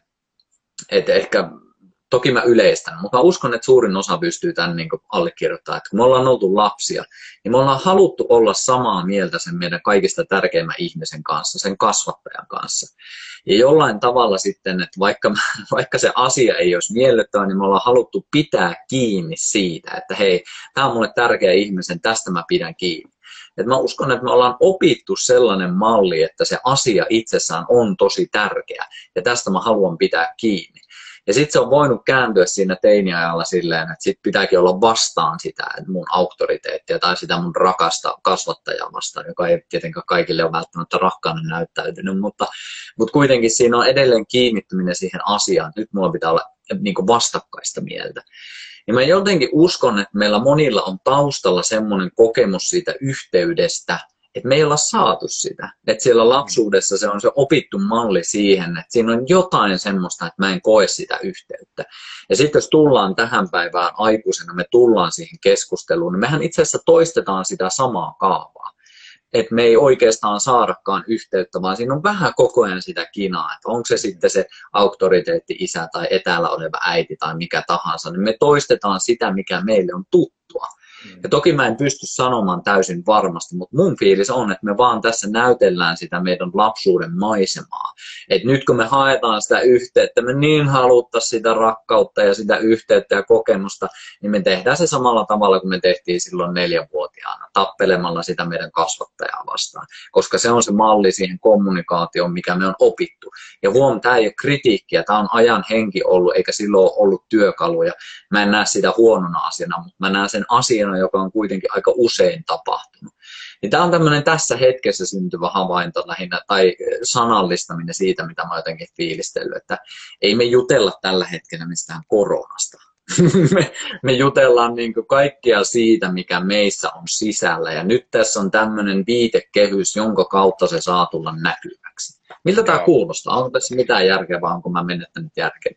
että ehkä, toki mä yleistän, mutta mä uskon, että suurin osa pystyy tämän niin allekirjoittamaan, että kun me ollaan oltu lapsia, niin me ollaan haluttu olla samaa mieltä sen meidän kaikista tärkeimmän ihmisen kanssa, sen kasvattajan kanssa. Ja jollain tavalla sitten, että vaikka, vaikka se asia ei olisi miellyttävä, niin me ollaan haluttu pitää kiinni siitä, että hei, tämä on mulle tärkeä ihmisen, tästä mä pidän kiinni. Et mä uskon, että me ollaan opittu sellainen malli, että se asia itsessään on tosi tärkeä, ja tästä mä haluan pitää kiinni. Ja sitten se on voinut kääntyä siinä teiniajalla silleen, että sitten pitääkin olla vastaan sitä mun auktoriteettia tai sitä mun rakasta kasvattajaa vastaan, joka ei tietenkään kaikille ole välttämättä rakkaana näyttäytynyt, mutta, mutta kuitenkin siinä on edelleen kiinnittyminen siihen asiaan. Nyt mulla pitää olla niin kuin vastakkaista mieltä. Ja mä jotenkin uskon, että meillä monilla on taustalla semmoinen kokemus siitä yhteydestä, että me ei olla saatu sitä. Että siellä lapsuudessa se on se opittu malli siihen, että siinä on jotain semmoista, että mä en koe sitä yhteyttä. Ja sitten jos tullaan tähän päivään aikuisena, me tullaan siihen keskusteluun, niin mehän itse asiassa toistetaan sitä samaa kaavaa. Että me ei oikeastaan saadakaan yhteyttä, vaan siinä on vähän koko ajan sitä kinaa, että onko se sitten se auktoriteetti-isä tai etäällä oleva äiti tai mikä tahansa, niin me toistetaan sitä, mikä meille on tuttua. Ja toki mä en pysty sanomaan täysin varmasti, mutta mun fiilis on, että me vaan tässä näytellään sitä meidän lapsuuden maisemaa. Että nyt kun me haetaan sitä yhteyttä, me niin haluttaisiin sitä rakkautta ja sitä yhteyttä ja kokemusta, niin me tehdään se samalla tavalla kuin me tehtiin silloin neljänvuotiaana, tappelemalla sitä meidän kasvattajaa vastaan. Koska se on se malli siihen kommunikaatioon, mikä me on opittu. Ja huom, tämä ei ole kritiikkiä, tämä on ajan henki ollut, eikä silloin ole ollut työkaluja. Mä en näe sitä huonona asiana, mutta mä näen sen asian, joka on kuitenkin aika usein tapahtunut. Niin tämä on tämmöinen tässä hetkessä syntyvä havainto lähinnä, tai sanallistaminen siitä, mitä mä jotenkin fiilistellyt, että ei me jutella tällä hetkellä mistään koronasta. me, me jutellaan niin kuin kaikkea siitä, mikä meissä on sisällä, ja nyt tässä on tämmöinen viitekehys, jonka kautta se saa tulla näkyväksi. Miltä tämä kuulostaa? Onko tässä mitään järkeä, vai onko mä menettänyt järkeä?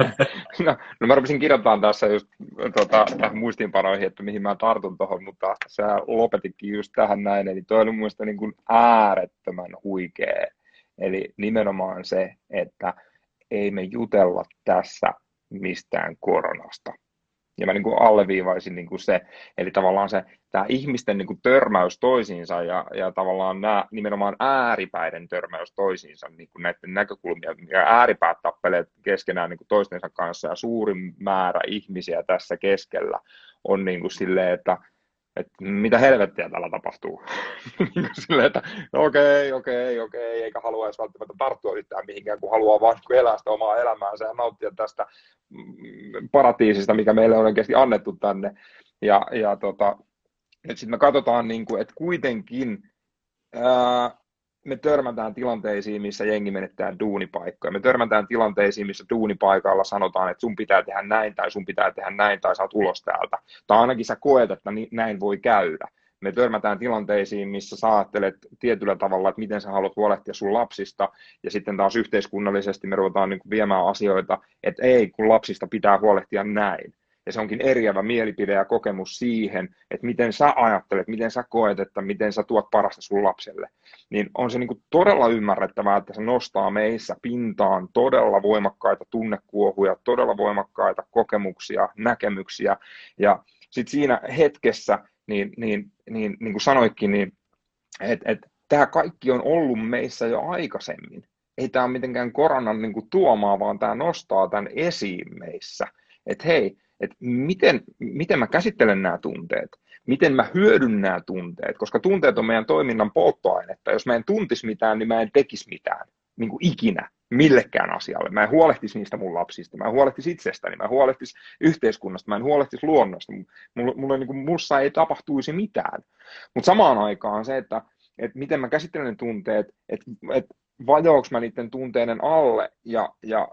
No, no mä rupesin kirjoittamaan tässä just tuota, muistiinpanoihin, että mihin mä tartun tuohon, mutta sä lopetitkin just tähän näin, eli toi oli mun mielestä niin kuin äärettömän huikea. Eli nimenomaan se, että ei me jutella tässä mistään koronasta. Ja mä niin kuin alleviivaisin niin kuin se, eli tavallaan se tämä ihmisten niin kuin törmäys toisiinsa ja, ja tavallaan nämä nimenomaan ääripäiden törmäys toisiinsa, niin kuin näiden näkökulmia, ja ääripäät tappelee keskenään niin kuin toistensa kanssa, ja suurin määrä ihmisiä tässä keskellä on niin kuin silleen, että että mitä helvettiä täällä tapahtuu. Silleen, että no okei, okei, okei, eikä halua edes välttämättä tarttua yhtään mihinkään, kun haluaa vaan elää sitä omaa elämäänsä ja nauttia tästä paratiisista, mikä meille on oikeasti annettu tänne. Ja, ja tota, sitten me katsotaan, niin kuin, että kuitenkin ää, me törmätään tilanteisiin, missä jengi menettää duunipaikkoja. Me törmätään tilanteisiin, missä duunipaikalla sanotaan, että sun pitää tehdä näin, tai sun pitää tehdä näin, tai saat ulos täältä. Tai ainakin sä koet, että näin voi käydä. Me törmätään tilanteisiin, missä sä ajattelet tietyllä tavalla, että miten sä haluat huolehtia sun lapsista, ja sitten taas yhteiskunnallisesti me ruvetaan niin kuin viemään asioita, että ei, kun lapsista pitää huolehtia näin. Ja se onkin eriävä mielipide ja kokemus siihen, että miten sä ajattelet, miten sä koet, että miten sä tuot parasta sun lapselle. Niin on se niin kuin todella ymmärrettävää, että se nostaa meissä pintaan todella voimakkaita tunnekuohuja, todella voimakkaita kokemuksia, näkemyksiä. Ja sitten siinä hetkessä, niin, niin, niin, niin kuin sanoitkin, niin, että et, tämä kaikki on ollut meissä jo aikaisemmin. Ei tämä ole mitenkään koronan niin kuin tuomaa, vaan tämä nostaa tämän esiin meissä. Että hei, että miten, miten mä käsittelen nämä tunteet, miten mä hyödyn nämä tunteet, koska tunteet on meidän toiminnan polttoainetta. Jos mä en tuntisi mitään, niin mä en tekisi mitään, niin kuin ikinä, millekään asialle. Mä en huolehtisi niistä mun lapsista, mä en huolehtisi itsestäni, mä en huolehtisi yhteiskunnasta, mä en huolehtisi luonnosta. Mulla, mulla, niin kuin, mussa ei tapahtuisi mitään. Mutta samaan aikaan se, että, että miten mä käsittelen ne tunteet, että, että vajoanko mä niiden tunteiden alle ja, ja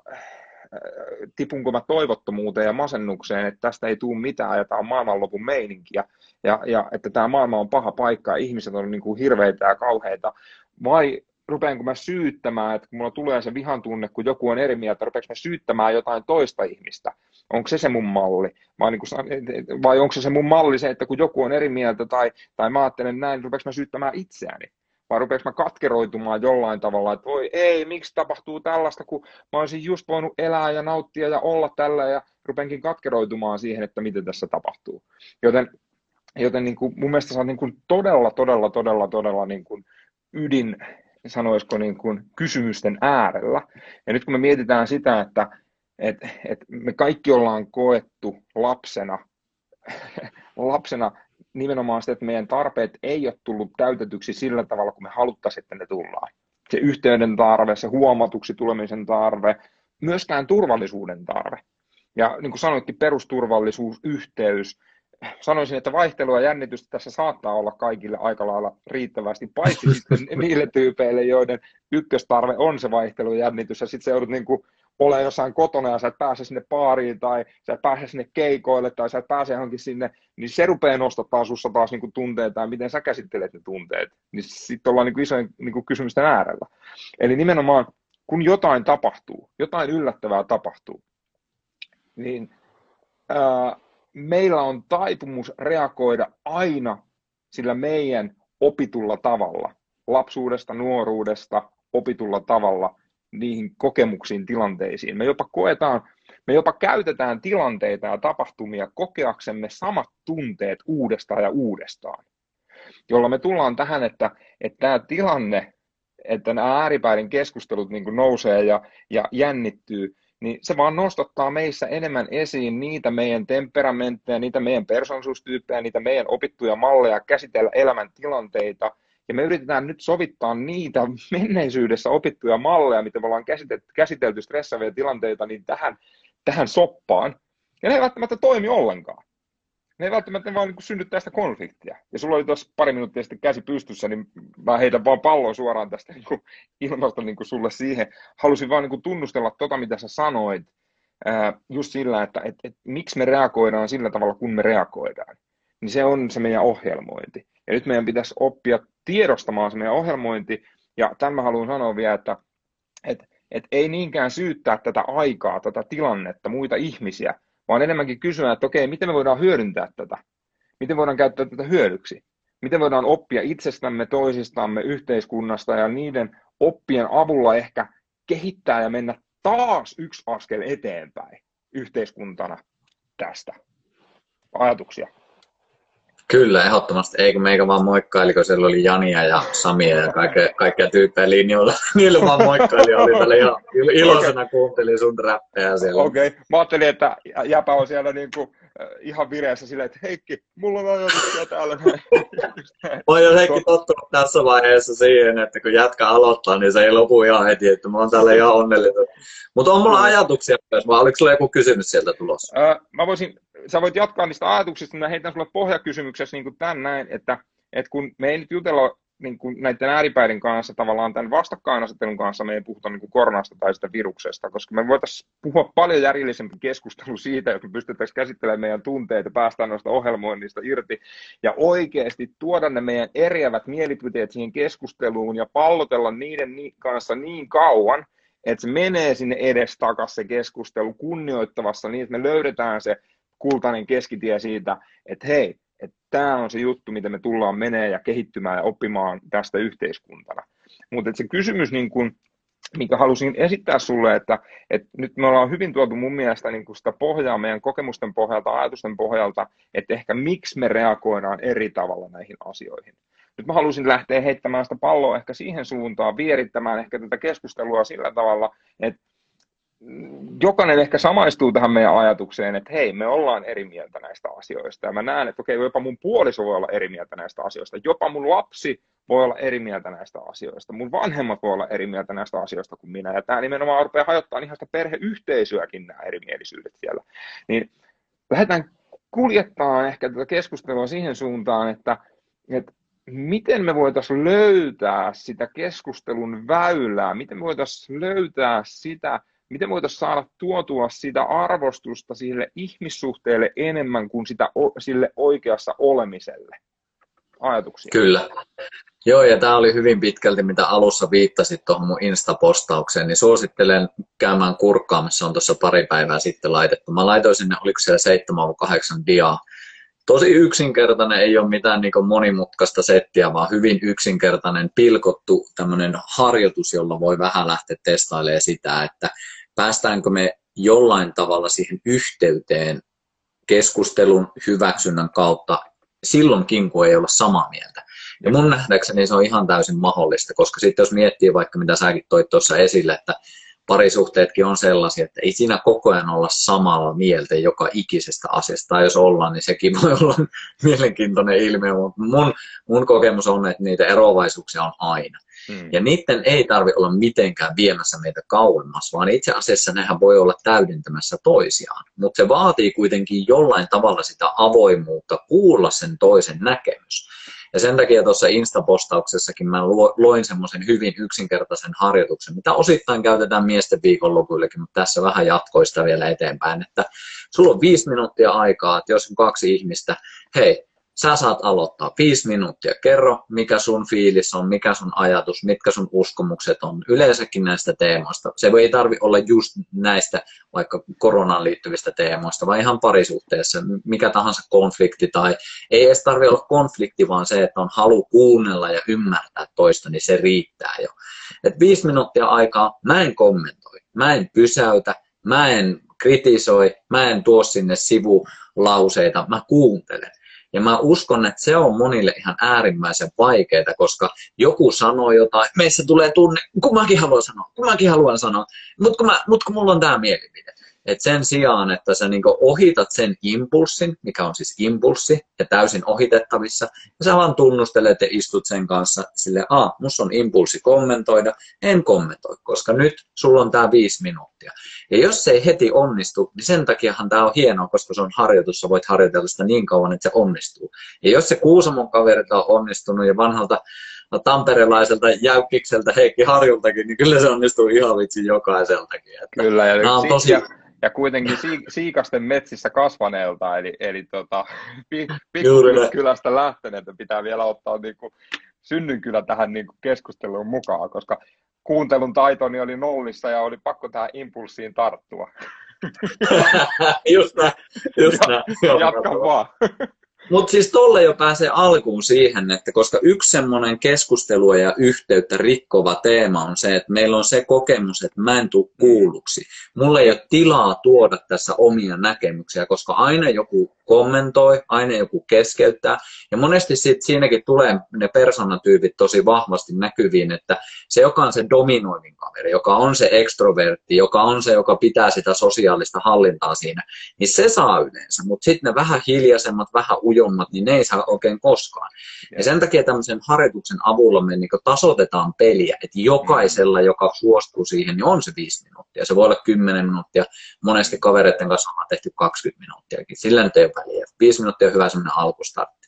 tipunko mä toivottomuuteen ja masennukseen, että tästä ei tule mitään ja tämä on maailmanlopun meininki ja, ja, ja että tämä maailma on paha paikka ja ihmiset on niin kuin hirveitä ja kauheita, vai rupeanko mä syyttämään, että kun mulla tulee se vihan tunne, kun joku on eri mieltä, rupeanko mä syyttämään jotain toista ihmistä, onko se se mun malli, vai, niin kuin, vai onko se se mun malli se, että kun joku on eri mieltä tai, tai mä ajattelen näin, rupeanko mä syyttämään itseäni? Vai rupeanko mä katkeroitumaan jollain tavalla, että voi ei, miksi tapahtuu tällaista, kun mä olisin just voinut elää ja nauttia ja olla tällä ja rupeankin katkeroitumaan siihen, että mitä tässä tapahtuu. Joten, joten niin kuin mun mielestä sä oot niin kuin todella, todella, todella, todella niin kuin ydin, sanoisiko niin kuin kysymysten äärellä. Ja nyt kun me mietitään sitä, että et, et me kaikki ollaan koettu lapsena, lapsena nimenomaan sitä, että meidän tarpeet ei ole tullut täytetyksi sillä tavalla, kun me haluttaisiin, että ne tullaan. Se yhteyden tarve, se huomatuksi tulemisen tarve, myöskään turvallisuuden tarve. Ja niin kuin sanoitkin, perusturvallisuus, yhteys. Sanoisin, että vaihtelua ja jännitystä tässä saattaa olla kaikille aika lailla riittävästi, paitsi sitten niille tyypeille, joiden ykköstarve on se vaihtelu ja jännitys, ja sitten se joudut niin kuin olemaan jossain kotona ja sä et pääse sinne baariin tai sä et pääse sinne keikoille tai sä et pääse johonkin sinne, niin se rupeaa nostattaa sussa taas niin kuin tunteita ja miten sä käsittelet ne tunteet. Niin sitten ollaan niin kuin isojen niin kuin kysymysten äärellä. Eli nimenomaan, kun jotain tapahtuu, jotain yllättävää tapahtuu, niin ää, meillä on taipumus reagoida aina sillä meidän opitulla tavalla, lapsuudesta, nuoruudesta, opitulla tavalla, niihin kokemuksiin, tilanteisiin. Me jopa koetaan, me jopa käytetään tilanteita ja tapahtumia kokeaksemme samat tunteet uudestaan ja uudestaan, jolla me tullaan tähän, että, että tämä tilanne, että nämä ääripäiden keskustelut niin kuin nousee ja, ja jännittyy, niin se vaan nostattaa meissä enemmän esiin niitä meidän temperamentteja, niitä meidän persoonallisuustyyppejä, niitä meidän opittuja malleja käsitellä elämän tilanteita. Ja me yritetään nyt sovittaa niitä menneisyydessä opittuja malleja, mitä me ollaan käsitelty stressaavia tilanteita, niin tähän, tähän soppaan. Ja ne ei välttämättä toimi ollenkaan. Ne ei välttämättä vaan niin synnyttää sitä konfliktia. Ja sulla oli tuossa pari minuuttia sitten käsi pystyssä, niin mä heitän vaan pallon suoraan tästä niin ilmasta niin sulle siihen. Halusin vaan niin tunnustella tota, mitä sä sanoit, ää, just sillä, että et, et, miksi me reagoidaan sillä tavalla, kun me reagoidaan. Niin se on se meidän ohjelmointi. Ja nyt meidän pitäisi oppia tiedostamaan se meidän ohjelmointi. Ja tämän mä haluan sanoa vielä, että et, et ei niinkään syyttää tätä aikaa, tätä tilannetta, muita ihmisiä, vaan enemmänkin kysyä, että okei, miten me voidaan hyödyntää tätä? Miten voidaan käyttää tätä hyödyksi? Miten voidaan oppia itsestämme, toisistamme, yhteiskunnasta ja niiden oppien avulla ehkä kehittää ja mennä taas yksi askel eteenpäin yhteiskuntana tästä? ajatuksia. Kyllä, ehdottomasti. Eikö meikä vaan moikkaili, kun siellä oli Jania ja Samia ja kaikkea, kaikkea tyyppejä linjoilla. Niille vaan moikkaili ja oli tällä ihan iloisena okay. Kuunteli sun räppejä siellä. Okei, okay. Mä ajattelin, että Jäpä on siellä niinku, äh, ihan vireessä silleen, että Heikki, mulla on ajatuksia täällä. Mä oon jo Heikki tottunut tässä vaiheessa siihen, että kun jätkä aloittaa, niin se ei lopu ihan heti, että mä oon täällä ihan onnellinen. Mutta on mulla ajatuksia myös, vai oliko sulla joku kysymys sieltä tulossa? Äh, mä voisin, sä voit jatkaa niistä ajatuksista, mä heitän sulle pohjakysymyksessä niin kuin tän näin, että, että kun me ei nyt jutella niin kuin näiden ääripäiden kanssa, tavallaan tämän vastakkainasettelun kanssa, me ei puhuta niin kuin koronasta tai sitä viruksesta, koska me voitaisiin puhua paljon järjellisempi keskustelu siitä, jos me pystyttäisiin käsittelemään meidän tunteita ja päästään noista ohjelmoinnista irti ja oikeasti tuoda ne meidän eriävät mielipiteet siihen keskusteluun ja pallotella niiden kanssa niin kauan, että se menee sinne edestakas se keskustelu kunnioittavassa niin, että me löydetään se kultainen keskitie siitä, että hei, että tämä on se juttu, mitä me tullaan menee ja kehittymään ja oppimaan tästä yhteiskuntana. Mutta se kysymys, niin kun, minkä halusin esittää sulle, että, että nyt me ollaan hyvin tuotu mun mielestä niin sitä pohjaa meidän kokemusten pohjalta, ajatusten pohjalta, että ehkä miksi me reagoidaan eri tavalla näihin asioihin. Nyt mä halusin lähteä heittämään sitä palloa ehkä siihen suuntaan, vierittämään ehkä tätä keskustelua sillä tavalla, että jokainen ehkä samaistuu tähän meidän ajatukseen, että hei, me ollaan eri mieltä näistä asioista. Ja mä näen, että okei, jopa mun puoliso voi olla eri mieltä näistä asioista. Jopa mun lapsi voi olla eri mieltä näistä asioista. Mun vanhemmat voi olla eri mieltä näistä asioista kuin minä. Ja tämä nimenomaan rupeaa hajottaa ihan sitä perheyhteisöäkin nämä erimielisyydet siellä. Niin lähdetään kuljettaa ehkä tätä keskustelua siihen suuntaan, että, että miten me voitaisiin löytää sitä keskustelun väylää, miten me voitaisiin löytää sitä, miten voitaisiin saada tuotua sitä arvostusta sille ihmissuhteelle enemmän kuin sitä, sille oikeassa olemiselle? Ajatuksia? Kyllä. Joo, ja tämä oli hyvin pitkälti, mitä alussa viittasit tuohon mun Insta-postaukseen, niin suosittelen käymään kurkkaamassa, on tuossa pari päivää sitten laitettu. Mä laitoin sinne, oliko siellä seitsemän vai kahdeksan diaa. Tosi yksinkertainen, ei ole mitään niin monimutkaista settiä, vaan hyvin yksinkertainen, pilkottu tämmöinen harjoitus, jolla voi vähän lähteä testailemaan sitä, että päästäänkö me jollain tavalla siihen yhteyteen keskustelun hyväksynnän kautta silloinkin, kun ei olla samaa mieltä. Ja mun nähdäkseni se on ihan täysin mahdollista, koska sitten jos miettii vaikka mitä säkin toit tuossa esille, että parisuhteetkin on sellaisia, että ei siinä koko ajan olla samalla mieltä joka ikisestä asiasta. Tai jos ollaan, niin sekin voi olla mielenkiintoinen ilmiö, mutta mun, mun kokemus on, että niitä eroavaisuuksia on aina. Hmm. Ja niiden ei tarvitse olla mitenkään viemässä meitä kauemmas, vaan itse asiassa nehän voi olla täydentämässä toisiaan. Mutta se vaatii kuitenkin jollain tavalla sitä avoimuutta kuulla sen toisen näkemys. Ja sen takia tuossa Insta-postauksessakin mä loin semmoisen hyvin yksinkertaisen harjoituksen, mitä osittain käytetään miesten viikonlopuillekin, mutta tässä vähän jatkoista vielä eteenpäin, että sulla on viisi minuuttia aikaa, että jos on kaksi ihmistä, hei, sä saat aloittaa viisi minuuttia, kerro mikä sun fiilis on, mikä sun ajatus, mitkä sun uskomukset on, yleensäkin näistä teemoista. Se ei tarvitse olla just näistä vaikka koronaan liittyvistä teemoista, vaan ihan parisuhteessa, mikä tahansa konflikti tai ei edes tarvitse olla konflikti, vaan se, että on halu kuunnella ja ymmärtää toista, niin se riittää jo. Et viisi minuuttia aikaa, mä en kommentoi, mä en pysäytä, mä en kritisoi, mä en tuo sinne sivulauseita, mä kuuntelen. Ja mä uskon, että se on monille ihan äärimmäisen vaikeaa, koska joku sanoo jotain, meissä tulee tunne, kun mäkin haluan sanoa, kun mäkin haluan sanoa, mutta kun, mä, mut kun mulla on tämä mielipide. Et sen sijaan, että sä niinku ohitat sen impulssin, mikä on siis impulssi ja täysin ohitettavissa, ja sä vaan tunnustelet ja istut sen kanssa silleen, a, musta on impulssi kommentoida, en kommentoi, koska nyt sulla on tää viisi minuuttia. Ja jos se ei heti onnistu, niin sen takiahan tää on hienoa, koska se on harjoitus, sä voit harjoitella sitä niin kauan, että se onnistuu. Ja jos se Kuusamon kaverilta on onnistunut ja vanhalta tamperelaiselta jäykkikseltä Heikki Harjultakin, niin kyllä se onnistuu ihan vitsi jokaiseltakin. Että kyllä, ja on tosi... Ja kuitenkin siikasten metsissä kasvaneelta, eli, eli tota, Pikkukylästä lähteneeltä pitää vielä ottaa niin kuin Synnynkylä tähän niin kuin keskusteluun mukaan, koska kuuntelun taitoni oli nollissa ja oli pakko tähän impulssiin tarttua. Just näin, just näin. Jatka vaan. Mutta siis tolle jo pääsee alkuun siihen, että koska yksi semmoinen keskustelua ja yhteyttä rikkova teema on se, että meillä on se kokemus, että mä en tule kuulluksi. Mulla ei ole tilaa tuoda tässä omia näkemyksiä, koska aina joku kommentoi, aina joku keskeyttää. Ja monesti sit siinäkin tulee ne persoonatyypit tosi vahvasti näkyviin, että se, joka on se dominoivin kaveri, joka on se ekstrovertti, joka on se, joka pitää sitä sosiaalista hallintaa siinä, niin se saa yleensä. Mutta sitten ne vähän hiljaisemmat, vähän ujommat, niin ne ei saa oikein koskaan. Ja sen takia tämmöisen harjoituksen avulla me niin tasoitetaan peliä, että jokaisella, joka suostuu siihen, niin on se viisi minuuttia. Se voi olla kymmenen minuuttia. Monesti kavereiden kanssa on tehty kaksikymmentä minuuttiakin. Sillä nyt ei ole väliä. Viisi minuuttia on hyvä semmoinen alkustartti.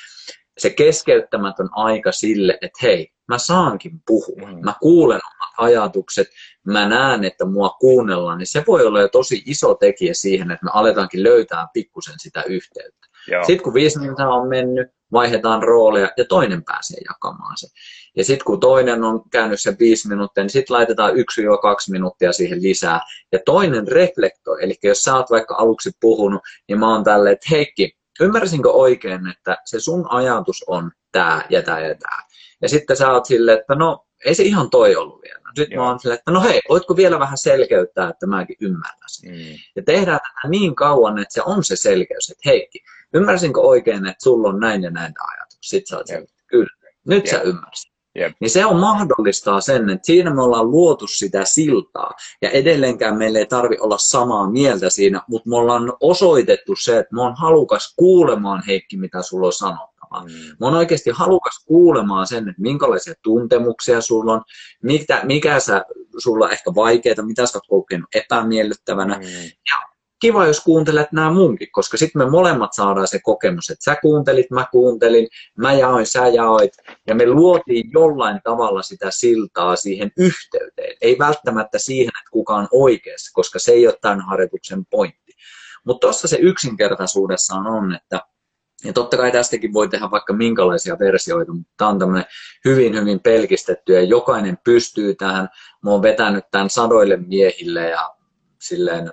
Se keskeyttämätön aika sille, että hei, mä saankin puhua. Mä kuulen omat ajatukset, mä näen, että mua kuunnellaan, niin se voi olla jo tosi iso tekijä siihen, että me aletaankin löytää pikkusen sitä yhteyttä. Sitten kun viisi minuuttia on mennyt, vaihdetaan rooleja ja toinen pääsee jakamaan se. Ja sitten kun toinen on käynyt sen viisi minuuttia, niin sitten laitetaan yksi kaksi minuuttia siihen lisää. Ja toinen reflektoi, eli jos sä oot vaikka aluksi puhunut, niin mä oon tälleen, että Heikki, ymmärsinkö oikein, että se sun ajatus on tää ja tää ja tää. Ja sitten sä oot silleen, että no ei se ihan toi ollut vielä. Sitten mä oon silleen, että no hei, voitko vielä vähän selkeyttää, että mäkin ymmärrän sen. Mm. Ja tehdään tätä niin kauan, että se on se selkeys, että Heikki, ymmärsinkö oikein, että sulla on näin ja näin ajatus? Sitten sä oot silleen, kyllä, nyt yep. sä ymmärsit. Yep. Niin se on mahdollistaa sen, että siinä me ollaan luotu sitä siltaa. Ja edelleenkään meillä ei tarvi olla samaa mieltä siinä, mutta me ollaan osoitettu se, että mä oon halukas kuulemaan, Heikki, mitä sulla on sanottavaa. Mm. Mä oon oikeasti halukas kuulemaan sen, että minkälaisia tuntemuksia sulla on, mitä, mikä sä, sulla on ehkä vaikeaa, mitä sä oot kokenut epämiellyttävänä. Mm. Ja kiva, jos kuuntelet nämä munkin, koska sitten me molemmat saadaan se kokemus, että sä kuuntelit, mä kuuntelin, mä jaoin, sä jaoit, ja me luotiin jollain tavalla sitä siltaa siihen yhteyteen. Ei välttämättä siihen, että kuka on oikeassa, koska se ei ole tämän harjoituksen pointti. Mutta tuossa se yksinkertaisuudessaan on, että ja totta kai tästäkin voi tehdä vaikka minkälaisia versioita, mutta tämä on tämmöinen hyvin, hyvin pelkistetty, ja jokainen pystyy tähän. Mä oon vetänyt tämän sadoille miehille, ja silleen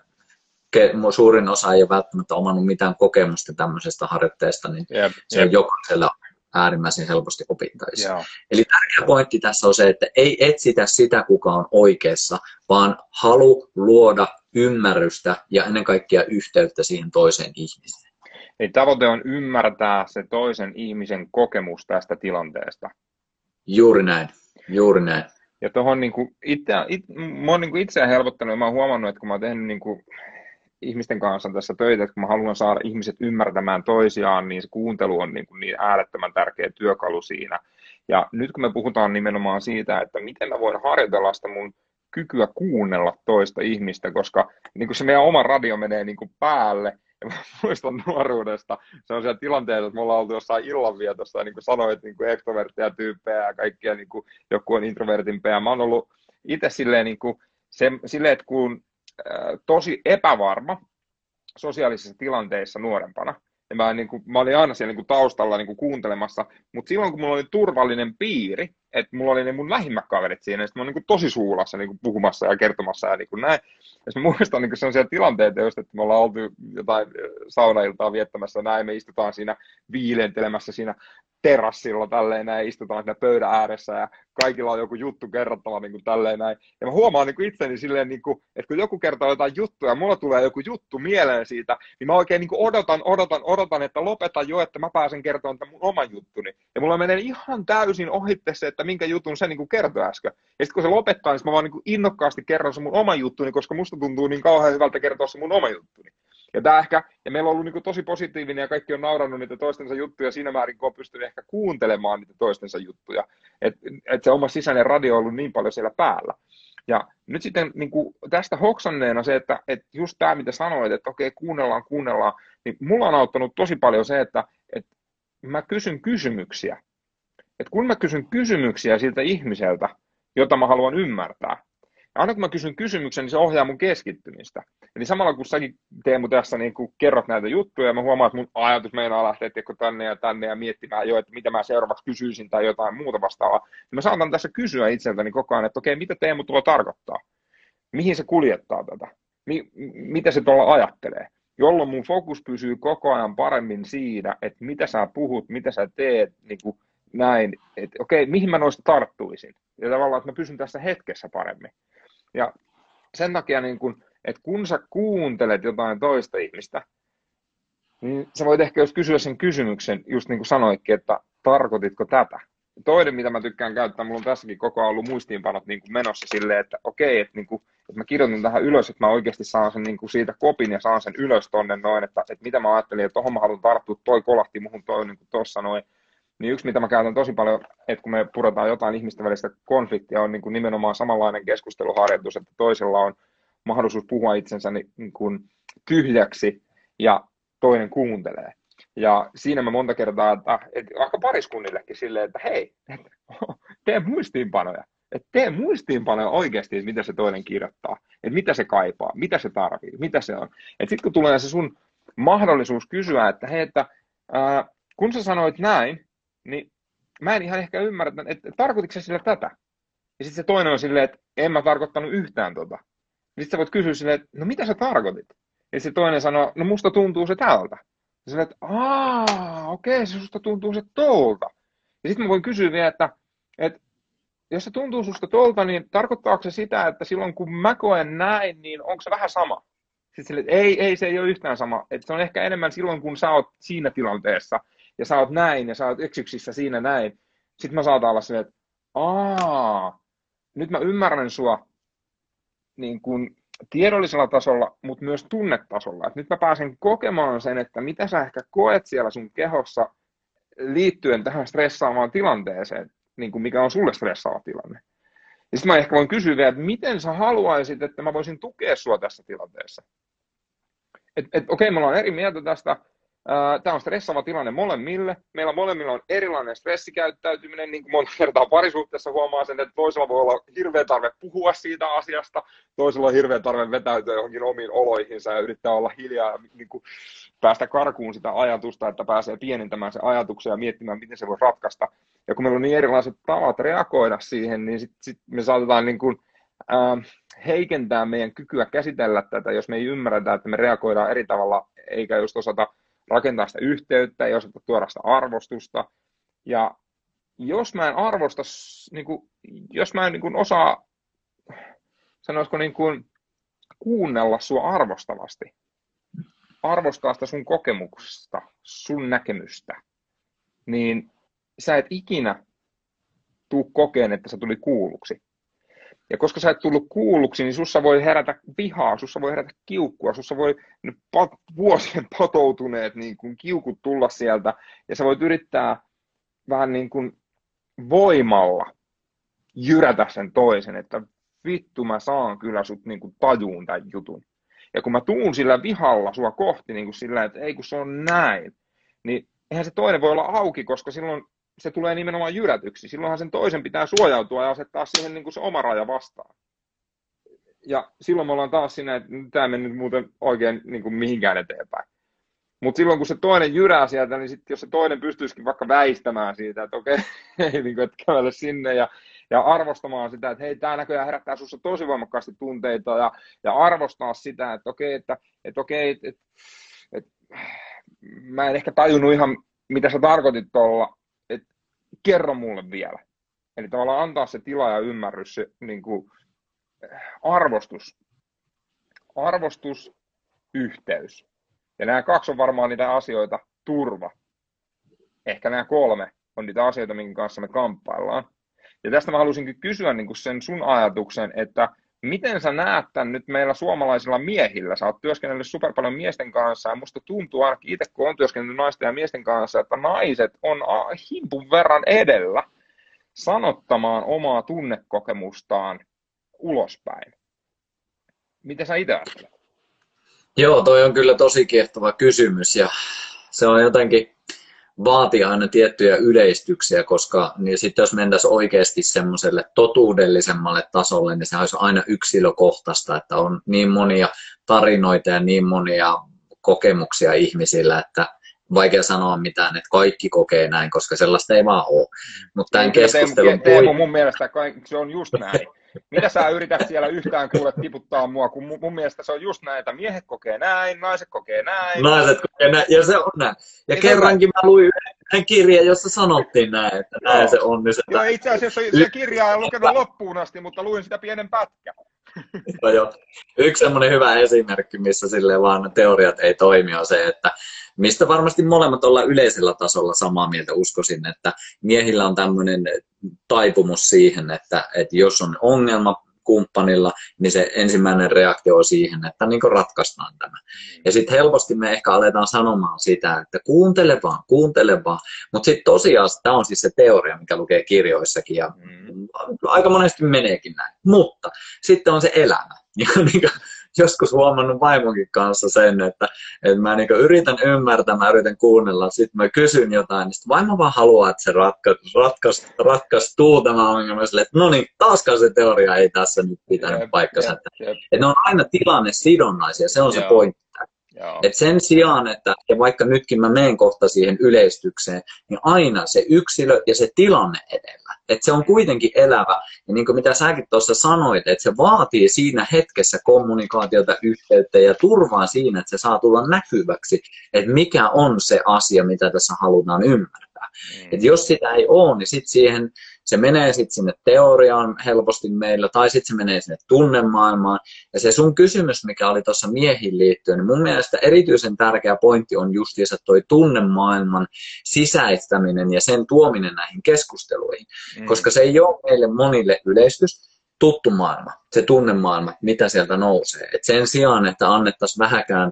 suurin osa ei ole välttämättä omannut mitään kokemusta tämmöisestä harjoitteesta, niin yep, se yep. on jokaisella äärimmäisen helposti opittavissa. Yeah. Eli tärkeä pointti tässä on se, että ei etsitä sitä, kuka on oikeassa, vaan halu luoda ymmärrystä ja ennen kaikkea yhteyttä siihen toiseen ihmiseen. Eli tavoite on ymmärtää se toisen ihmisen kokemus tästä tilanteesta. Juuri näin, juuri näin. Ja tuohon niin itse, it, mä oon niin itseään helpottanut, ja mä oon huomannut, että kun mä oon tehnyt niin kuin ihmisten kanssa tässä töitä, että kun mä haluan saada ihmiset ymmärtämään toisiaan, niin se kuuntelu on niin, kuin niin äärettömän tärkeä työkalu siinä. Ja nyt kun me puhutaan nimenomaan siitä, että miten mä voin harjoitella sitä mun kykyä kuunnella toista ihmistä, koska niin kuin se meidän oma radio menee niin kuin päälle, ja mä muistan nuoruudesta, se on siellä tilanteessa, että me ollaan oltu jossain illanvietossa, ja niin kuin sanoit, niin kuin ekstrovertteja tyyppejä ja kaikkia, niin kuin joku on introvertimpeä. Mä oon ollut itse silleen, niin kuin, se, silleen että kun tosi epävarma sosiaalisissa tilanteissa nuorempana. Ja mä, niin kuin, mä olin aina siellä niin kuin taustalla niin kuin kuuntelemassa, mutta silloin kun mulla oli turvallinen piiri, että mulla oli ne mun lähimmät kaverit siinä, ja sitten mä olin niin kuin tosi suulassa niin kuin puhumassa ja kertomassa ja niin kuin näin. Ja mä muistan niin kuin sellaisia tilanteita, just, että me ollaan oltu jotain saunailtaa viettämässä näin, me istutaan siinä viilentelemässä siinä terassilla tälleen näin, istutaan siinä pöydän ääressä ja kaikilla on joku juttu kerrottava niin kuin tälleen näin. Ja mä huomaan niin kuin itseni silleen, niin kuin, että kun joku kertoo jotain juttuja ja mulla tulee joku juttu mieleen siitä, niin mä oikein niin kuin odotan, odotan, odotan, että lopetan jo, että mä pääsen kertomaan tämän mun oman juttuni. Ja mulla menee ihan täysin ohitte se, että minkä jutun se niin kuin kertoi äsken. Ja sitten kun se lopettaa, niin mä vaan niin kuin innokkaasti kerron se mun oma juttuni, koska musta tuntuu niin kauhean hyvältä kertoa se mun oma juttuni. Ja, tää ehkä, ja meillä on ollut niin tosi positiivinen ja kaikki on naurannut niitä toistensa juttuja siinä määrin, kun on pystynyt ehkä kuuntelemaan niitä toistensa juttuja. Että et se oma sisäinen radio on ollut niin paljon siellä päällä. Ja nyt sitten niin kuin tästä hoksanneena se, että et just tämä mitä sanoit, että okei kuunnellaan, kuunnellaan, niin mulla on auttanut tosi paljon se, että et mä kysyn kysymyksiä. Että kun mä kysyn kysymyksiä siltä ihmiseltä, jota mä haluan ymmärtää, ja aina kun mä kysyn kysymyksen, niin se ohjaa mun keskittymistä. Eli samalla kun säkin Teemu tässä niin kun kerrot näitä juttuja, ja mä huomaan, että mun ajatus meinaa lähteä tänne ja tänne ja miettimään jo, että mitä mä seuraavaksi kysyisin tai jotain muuta vastaavaa. Ja mä saatan tässä kysyä itseltäni koko ajan, että okei, mitä Teemu tuo tarkoittaa? Mihin se kuljettaa tätä? Mi- mitä se tuolla ajattelee? jolloin mun fokus pysyy koko ajan paremmin siinä, että mitä sä puhut, mitä sä teet, niin kuin näin, että okei, mihin mä noista tarttuisin. Ja tavallaan, että mä pysyn tässä hetkessä paremmin. Ja sen takia, niin kun, että kun sä kuuntelet jotain toista ihmistä, niin sä voit ehkä just kysyä sen kysymyksen, just niin kuin sanoitkin, että tarkoititko tätä? Toinen, mitä mä tykkään käyttää, mulla on tässäkin koko ajan ollut muistiinpanot niin kuin menossa silleen, että okei, että, niin kuin, että mä kirjoitan tähän ylös, että mä oikeasti saan sen niin kuin siitä kopin ja saan sen ylös tonne noin, että, että mitä mä ajattelin, että tohon mä haluan tarttua, toi kolahti muhun toi niin kuin tossa noin. Niin yksi, mitä mä käytän tosi paljon, että kun me puretaan jotain ihmisten välistä konfliktia, on niin kuin nimenomaan samanlainen keskusteluharjoitus, että toisella on mahdollisuus puhua itsensä niin kuin tyhjäksi ja toinen kuuntelee. Ja siinä mä monta kertaa, että, että aika pariskunnillekin silleen, että hei, että, tee muistiinpanoja. Että tee muistiinpanoja oikeasti, että mitä se toinen kirjoittaa. Että mitä se kaipaa, mitä se tarvii, mitä se on. Että sitten kun tulee se sun mahdollisuus kysyä, että hei, että ää, kun sä sanoit näin, niin mä en ihan ehkä ymmärrä, että, että tarkoititko sä sillä tätä? Ja sitten se toinen on silleen, että en mä tarkoittanut yhtään tota. Sitten sä voit kysyä silleen, että no mitä sä tarkoitit? Ja sitten toinen sanoo, no musta tuntuu se tältä. Ja sä että aah, okei, se susta tuntuu se tolta. Ja sitten mä voin kysyä vielä, että, että jos se tuntuu susta tolta, niin tarkoittaako se sitä, että silloin kun mä koen näin, niin onko se vähän sama? Sitten sille, että ei, ei, se ei ole yhtään sama. Että se on ehkä enemmän silloin, kun sä oot siinä tilanteessa, ja sä oot näin, ja sä oot eksyksissä siinä näin. Sitten mä saatan olla silleen, että aah, nyt mä ymmärrän sua niin kuin tiedollisella tasolla, mutta myös tunnetasolla. Et nyt mä pääsen kokemaan sen, että mitä sä ehkä koet siellä sun kehossa liittyen tähän stressaavaan tilanteeseen, niin kuin mikä on sulle stressaava tilanne. Ja sitten mä ehkä voin kysyä vielä, että miten sä haluaisit, että mä voisin tukea sua tässä tilanteessa. Että et, okei, me ollaan eri mieltä tästä. Tämä on stressaava tilanne molemmille. Meillä molemmilla on erilainen stressikäyttäytyminen, niin kuin monta kertaa parisuhteessa huomaa sen, että toisella voi olla hirveä tarve puhua siitä asiasta, toisella on hirveä tarve vetäytyä johonkin omiin oloihinsa ja yrittää olla hiljaa ja niin kuin päästä karkuun sitä ajatusta, että pääsee pienentämään se ajatuksen ja miettimään, miten se voi ratkaista. Ja kun meillä on niin erilaiset tavat reagoida siihen, niin sitten sit me saatetaan niin kuin, ää, heikentää meidän kykyä käsitellä tätä, jos me ei ymmärretä, että me reagoidaan eri tavalla, eikä just osata rakentaa sitä yhteyttä, ei osata tuoda sitä arvostusta. Ja jos mä en arvosta, niin kuin, jos mä en niin kuin osaa, sanoisiko niin kuin, kuunnella sua arvostavasti, arvostaa sitä sun kokemuksesta, sun näkemystä, niin sä et ikinä tuu kokeen, että sä tuli kuulluksi. Ja koska sä et tullut kuulluksi, niin sussa voi herätä vihaa, sussa voi herätä kiukkua, sussa voi ne pat, vuosien patoutuneet niin kuin kiukut tulla sieltä, ja sä voit yrittää vähän niin kuin voimalla jyrätä sen toisen, että vittu mä saan kyllä sut niin kuin tajuun tämän jutun. Ja kun mä tuun sillä vihalla sua kohti, niin kuin sillä, että ei kun se on näin, niin eihän se toinen voi olla auki, koska silloin se tulee nimenomaan jyrätyksi. Silloinhan sen toisen pitää suojautua ja asettaa siihen niin kuin se oma raja vastaan. Ja silloin me ollaan taas siinä, että tämä ei mennyt muuten oikein niin kuin mihinkään eteenpäin. Mutta silloin kun se toinen jyrää sieltä, niin sitten jos se toinen pystyisikin vaikka väistämään siitä, että okei, okay, niin että kävele sinne ja, ja arvostamaan sitä, että hei, tämä näköjään herättää sinussa tosi voimakkaasti tunteita ja, ja arvostaa sitä, että okei, okay, että, että okei, okay, että, että, että mä en ehkä tajunnut ihan, mitä sä tarkoitit tuolla, että kerro mulle vielä. Eli tavallaan antaa se tila ja ymmärrys, se niin kuin, arvostus, arvostus, yhteys. Ja nämä kaksi on varmaan niitä asioita, turva. Ehkä nämä kolme on niitä asioita, minkä kanssa me kamppaillaan. Ja tästä mä halusinkin kysyä niin kuin sen sun ajatuksen, että miten sä näet tämän nyt meillä suomalaisilla miehillä? Sä oot työskennellyt super paljon miesten kanssa ja musta tuntuu ainakin itse, kun on työskennellyt naisten ja miesten kanssa, että naiset on himpun verran edellä sanottamaan omaa tunnekokemustaan ulospäin. Mitä sä itse ajattelet? Joo, toi on kyllä tosi kiehtova kysymys ja se on jotenkin vaatii aina tiettyjä yleistyksiä, koska niin sitten jos mentäisiin oikeasti semmoiselle totuudellisemmalle tasolle, niin se olisi aina yksilökohtaista, että on niin monia tarinoita ja niin monia kokemuksia ihmisillä, että vaikea sanoa mitään, että kaikki kokee näin, koska sellaista ei vaan ole. Mutta tämän Kyllä keskustelun... Teemu, Teemu mun mielestä se on just näin. Mitä sä yrität siellä yhtään kuule tiputtaa mua, kun mun mielestä se on just näin, että miehet kokee näin, naiset kokee näin. Naiset kokee näin, ja se on näin. Ja ei kerrankin mä luin yhden kirjan, jossa sanottiin näin, että näin Joo. se on. Niin se Joo, itse asiassa se kirja en lukenut loppuun asti, mutta luin sitä pienen pätkän. Joo, jo. Yksi semmoinen hyvä esimerkki, missä silleen vaan teoriat ei toimi, on se, että mistä varmasti molemmat ollaan yleisellä tasolla samaa mieltä, uskoisin, että miehillä on tämmöinen taipumus siihen, että, että jos on ongelma kumppanilla, niin se ensimmäinen reaktio on siihen, että niin ratkaistaan tämä. Ja sitten helposti me ehkä aletaan sanomaan sitä, että kuuntele vaan, kuuntele vaan, mutta sitten tosiaan tämä on siis se teoria, mikä lukee kirjoissakin ja mm. aika monesti meneekin näin. Mutta sitten on se elämä. Ja niin kuin joskus huomannut vaimonkin kanssa sen, että, että mä niin yritän ymmärtää, mä yritän kuunnella, sitten mä kysyn jotain, niin sitten vaimo vaan haluaa, että se ratka, ratkaist, ratkaistuu tämä ongelma, että no niin, taaskaan se teoria ei tässä nyt pitänyt jep, paikkansa. Jep, jep. Että ne on aina tilanne sidonnaisia, se on Joo. se pointti. Et sen sijaan, että ja vaikka nytkin mä menen kohta siihen yleistykseen, niin aina se yksilö ja se tilanne edellä. Että se on kuitenkin elävä. Ja niin kuin mitä säkin tuossa sanoit, että se vaatii siinä hetkessä kommunikaatiota, yhteyttä ja turvaa siinä, että se saa tulla näkyväksi, että mikä on se asia, mitä tässä halutaan ymmärtää. Mm. Et jos sitä ei ole, niin sit siihen, se menee sitten sinne teoriaan helposti meillä, tai sitten se menee sinne tunnemaailmaan. Ja se sun kysymys, mikä oli tuossa miehiin liittyen, niin mun mielestä erityisen tärkeä pointti on justiinsa toi tunnemaailman sisäistäminen ja sen tuominen näihin keskusteluihin. Mm. Koska se ei ole meille monille yleistys, tuttu maailma, se tunnemaailma, mitä sieltä nousee. Et sen sijaan, että annettaisiin vähäkään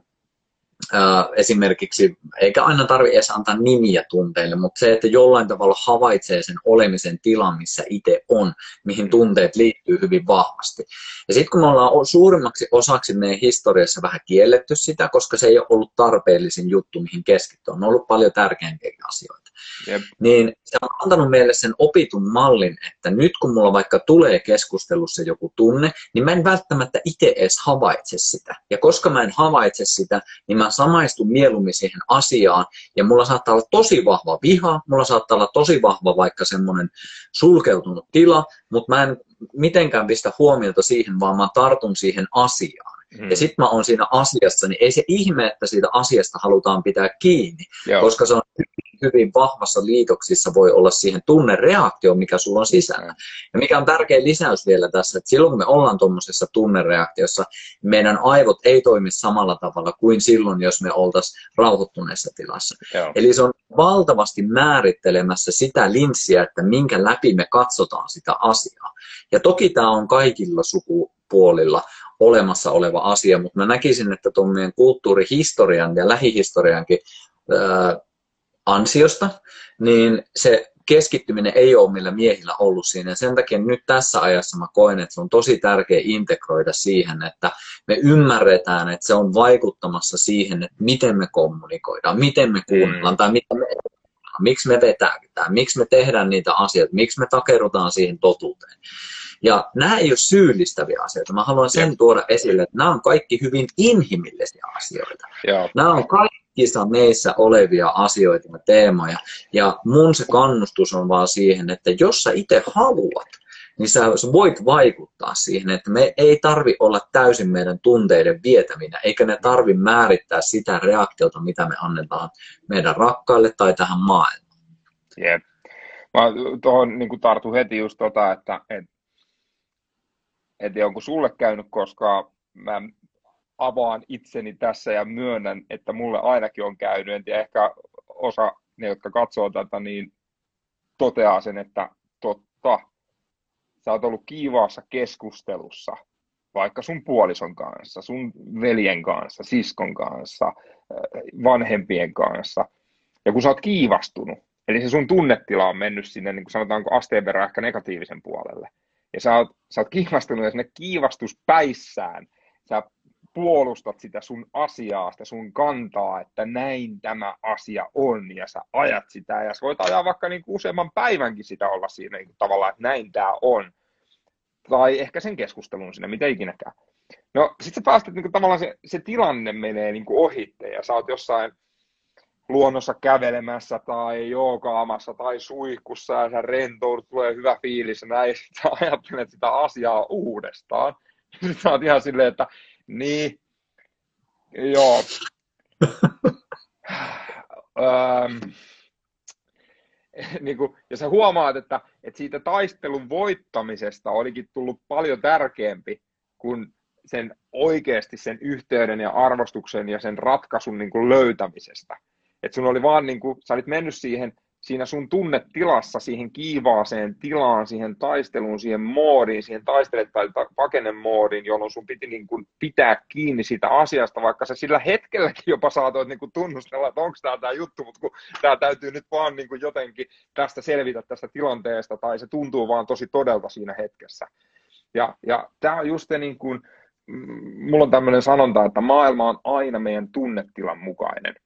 Uh, esimerkiksi, eikä aina tarvitse edes antaa nimiä tunteille, mutta se, että jollain tavalla havaitsee sen olemisen tilan, missä itse on, mihin tunteet liittyy hyvin vahvasti. Ja sitten kun me ollaan suurimmaksi osaksi meidän historiassa vähän kielletty sitä, koska se ei ole ollut tarpeellisin juttu, mihin keskittyä, on ollut paljon tärkeämpiäkin asioita. Jep. Niin se on antanut meille sen opitun mallin, että nyt kun mulla vaikka tulee keskustelussa joku tunne, niin mä en välttämättä itse edes havaitse sitä. Ja koska mä en havaitse sitä, niin mä samaistun mieluummin siihen asiaan, ja mulla saattaa olla tosi vahva viha, mulla saattaa olla tosi vahva vaikka semmoinen sulkeutunut tila, mutta mä en mitenkään pistä huomiota siihen, vaan mä tartun siihen asiaan. Hmm. Ja sitten mä oon siinä asiassa, niin ei se ihme, että siitä asiasta halutaan pitää kiinni, Joo. koska se on hyvin, hyvin vahvassa liitoksissa voi olla siihen tunnereaktioon, mikä sulla on sisällä. Ja mikä on tärkeä lisäys vielä tässä, että silloin kun me ollaan tuommoisessa tunnereaktiossa, meidän aivot ei toimi samalla tavalla kuin silloin, jos me oltaisiin rauhoittuneessa tilassa. Joo. Eli se on valtavasti määrittelemässä sitä linssiä, että minkä läpi me katsotaan sitä asiaa. Ja toki tämä on kaikilla sukupuolilla olemassa oleva asia, mutta mä näkisin, että tuon meidän kulttuurihistorian ja lähihistoriankin ää, ansiosta, niin se keskittyminen ei ole millä miehillä ollut siinä. Ja sen takia nyt tässä ajassa mä koen, että se on tosi tärkeä integroida siihen, että me ymmärretään, että se on vaikuttamassa siihen, että miten me kommunikoidaan, miten me kuunnellaan mm. tai mitä me miksi me vetäydytään, miksi me tehdään niitä asioita, miksi me takerrutaan siihen totuuteen. Ja nämä ei ole syyllistäviä asioita. Mä haluan sen Jep. tuoda esille, että nämä on kaikki hyvin inhimillisiä asioita. Jep. Nämä on kaikissa meissä olevia asioita ja teemoja. Ja mun se kannustus on vaan siihen, että jos sä itse haluat, niin sä voit vaikuttaa siihen, että me ei tarvi olla täysin meidän tunteiden vietäminä, eikä ne tarvi määrittää sitä reaktiota, mitä me annetaan meidän rakkaille tai tähän maailmaan. Jep. Mä tuohon niin tartun heti just tota, että et, et onko sulle käynyt, koska mä avaan itseni tässä ja myönnän, että mulle ainakin on käynyt, en tiedä, ehkä osa ne, jotka katsoo tätä, niin toteaa sen, että totta, sä oot ollut kiivaassa keskustelussa, vaikka sun puolison kanssa, sun veljen kanssa, siskon kanssa, vanhempien kanssa. Ja kun sä oot kiivastunut, eli se sun tunnetila on mennyt sinne, niin kuin sanotaanko asteen verran ehkä negatiivisen puolelle. Ja sä oot, sä oot kiivastunut ja sinne kiivastuspäissään sä puolustat sitä sun asiaa, sitä sun kantaa, että näin tämä asia on, ja sä ajat sitä, ja sä voit ajaa vaikka niin kuin useamman päivänkin sitä olla siinä niin kuin tavallaan, että näin tämä on. Tai ehkä sen keskustelun sinne, mitä ikinäkään. No sit sä päästät niin kuin tavallaan se, se tilanne menee niin kuin ohitte, ja sä oot jossain luonnossa kävelemässä tai joogaamassa tai suihkussa ja sä rentoudut, tulee hyvä fiilis ja näin, sit sä ajattelet sitä asiaa uudestaan. Sitten sä oot ihan silleen, että niin, joo. Öm, niin kuin, ja sä huomaat, että, että siitä taistelun voittamisesta olikin tullut paljon tärkeämpi kuin sen oikeasti sen yhteyden ja arvostuksen ja sen ratkaisun niin kuin löytämisestä. Että sun oli vaan, niin kuin, sä olit mennyt siihen, siinä sun tunnetilassa, siihen kiivaaseen tilaan, siihen taisteluun, siihen moodiin, siihen taistele- tai pakene-moodiin, jolloin sun piti niin kuin pitää kiinni siitä asiasta, vaikka sä sillä hetkelläkin jopa saatoit niin kuin tunnustella, että onko tämä tämä juttu, mutta kun tämä täytyy nyt vaan niin kuin jotenkin tästä selvitä tästä tilanteesta, tai se tuntuu vaan tosi todelta siinä hetkessä. Ja, ja tämä on just se, niin kuin, mulla on tämmöinen sanonta, että maailma on aina meidän tunnetilan mukainen.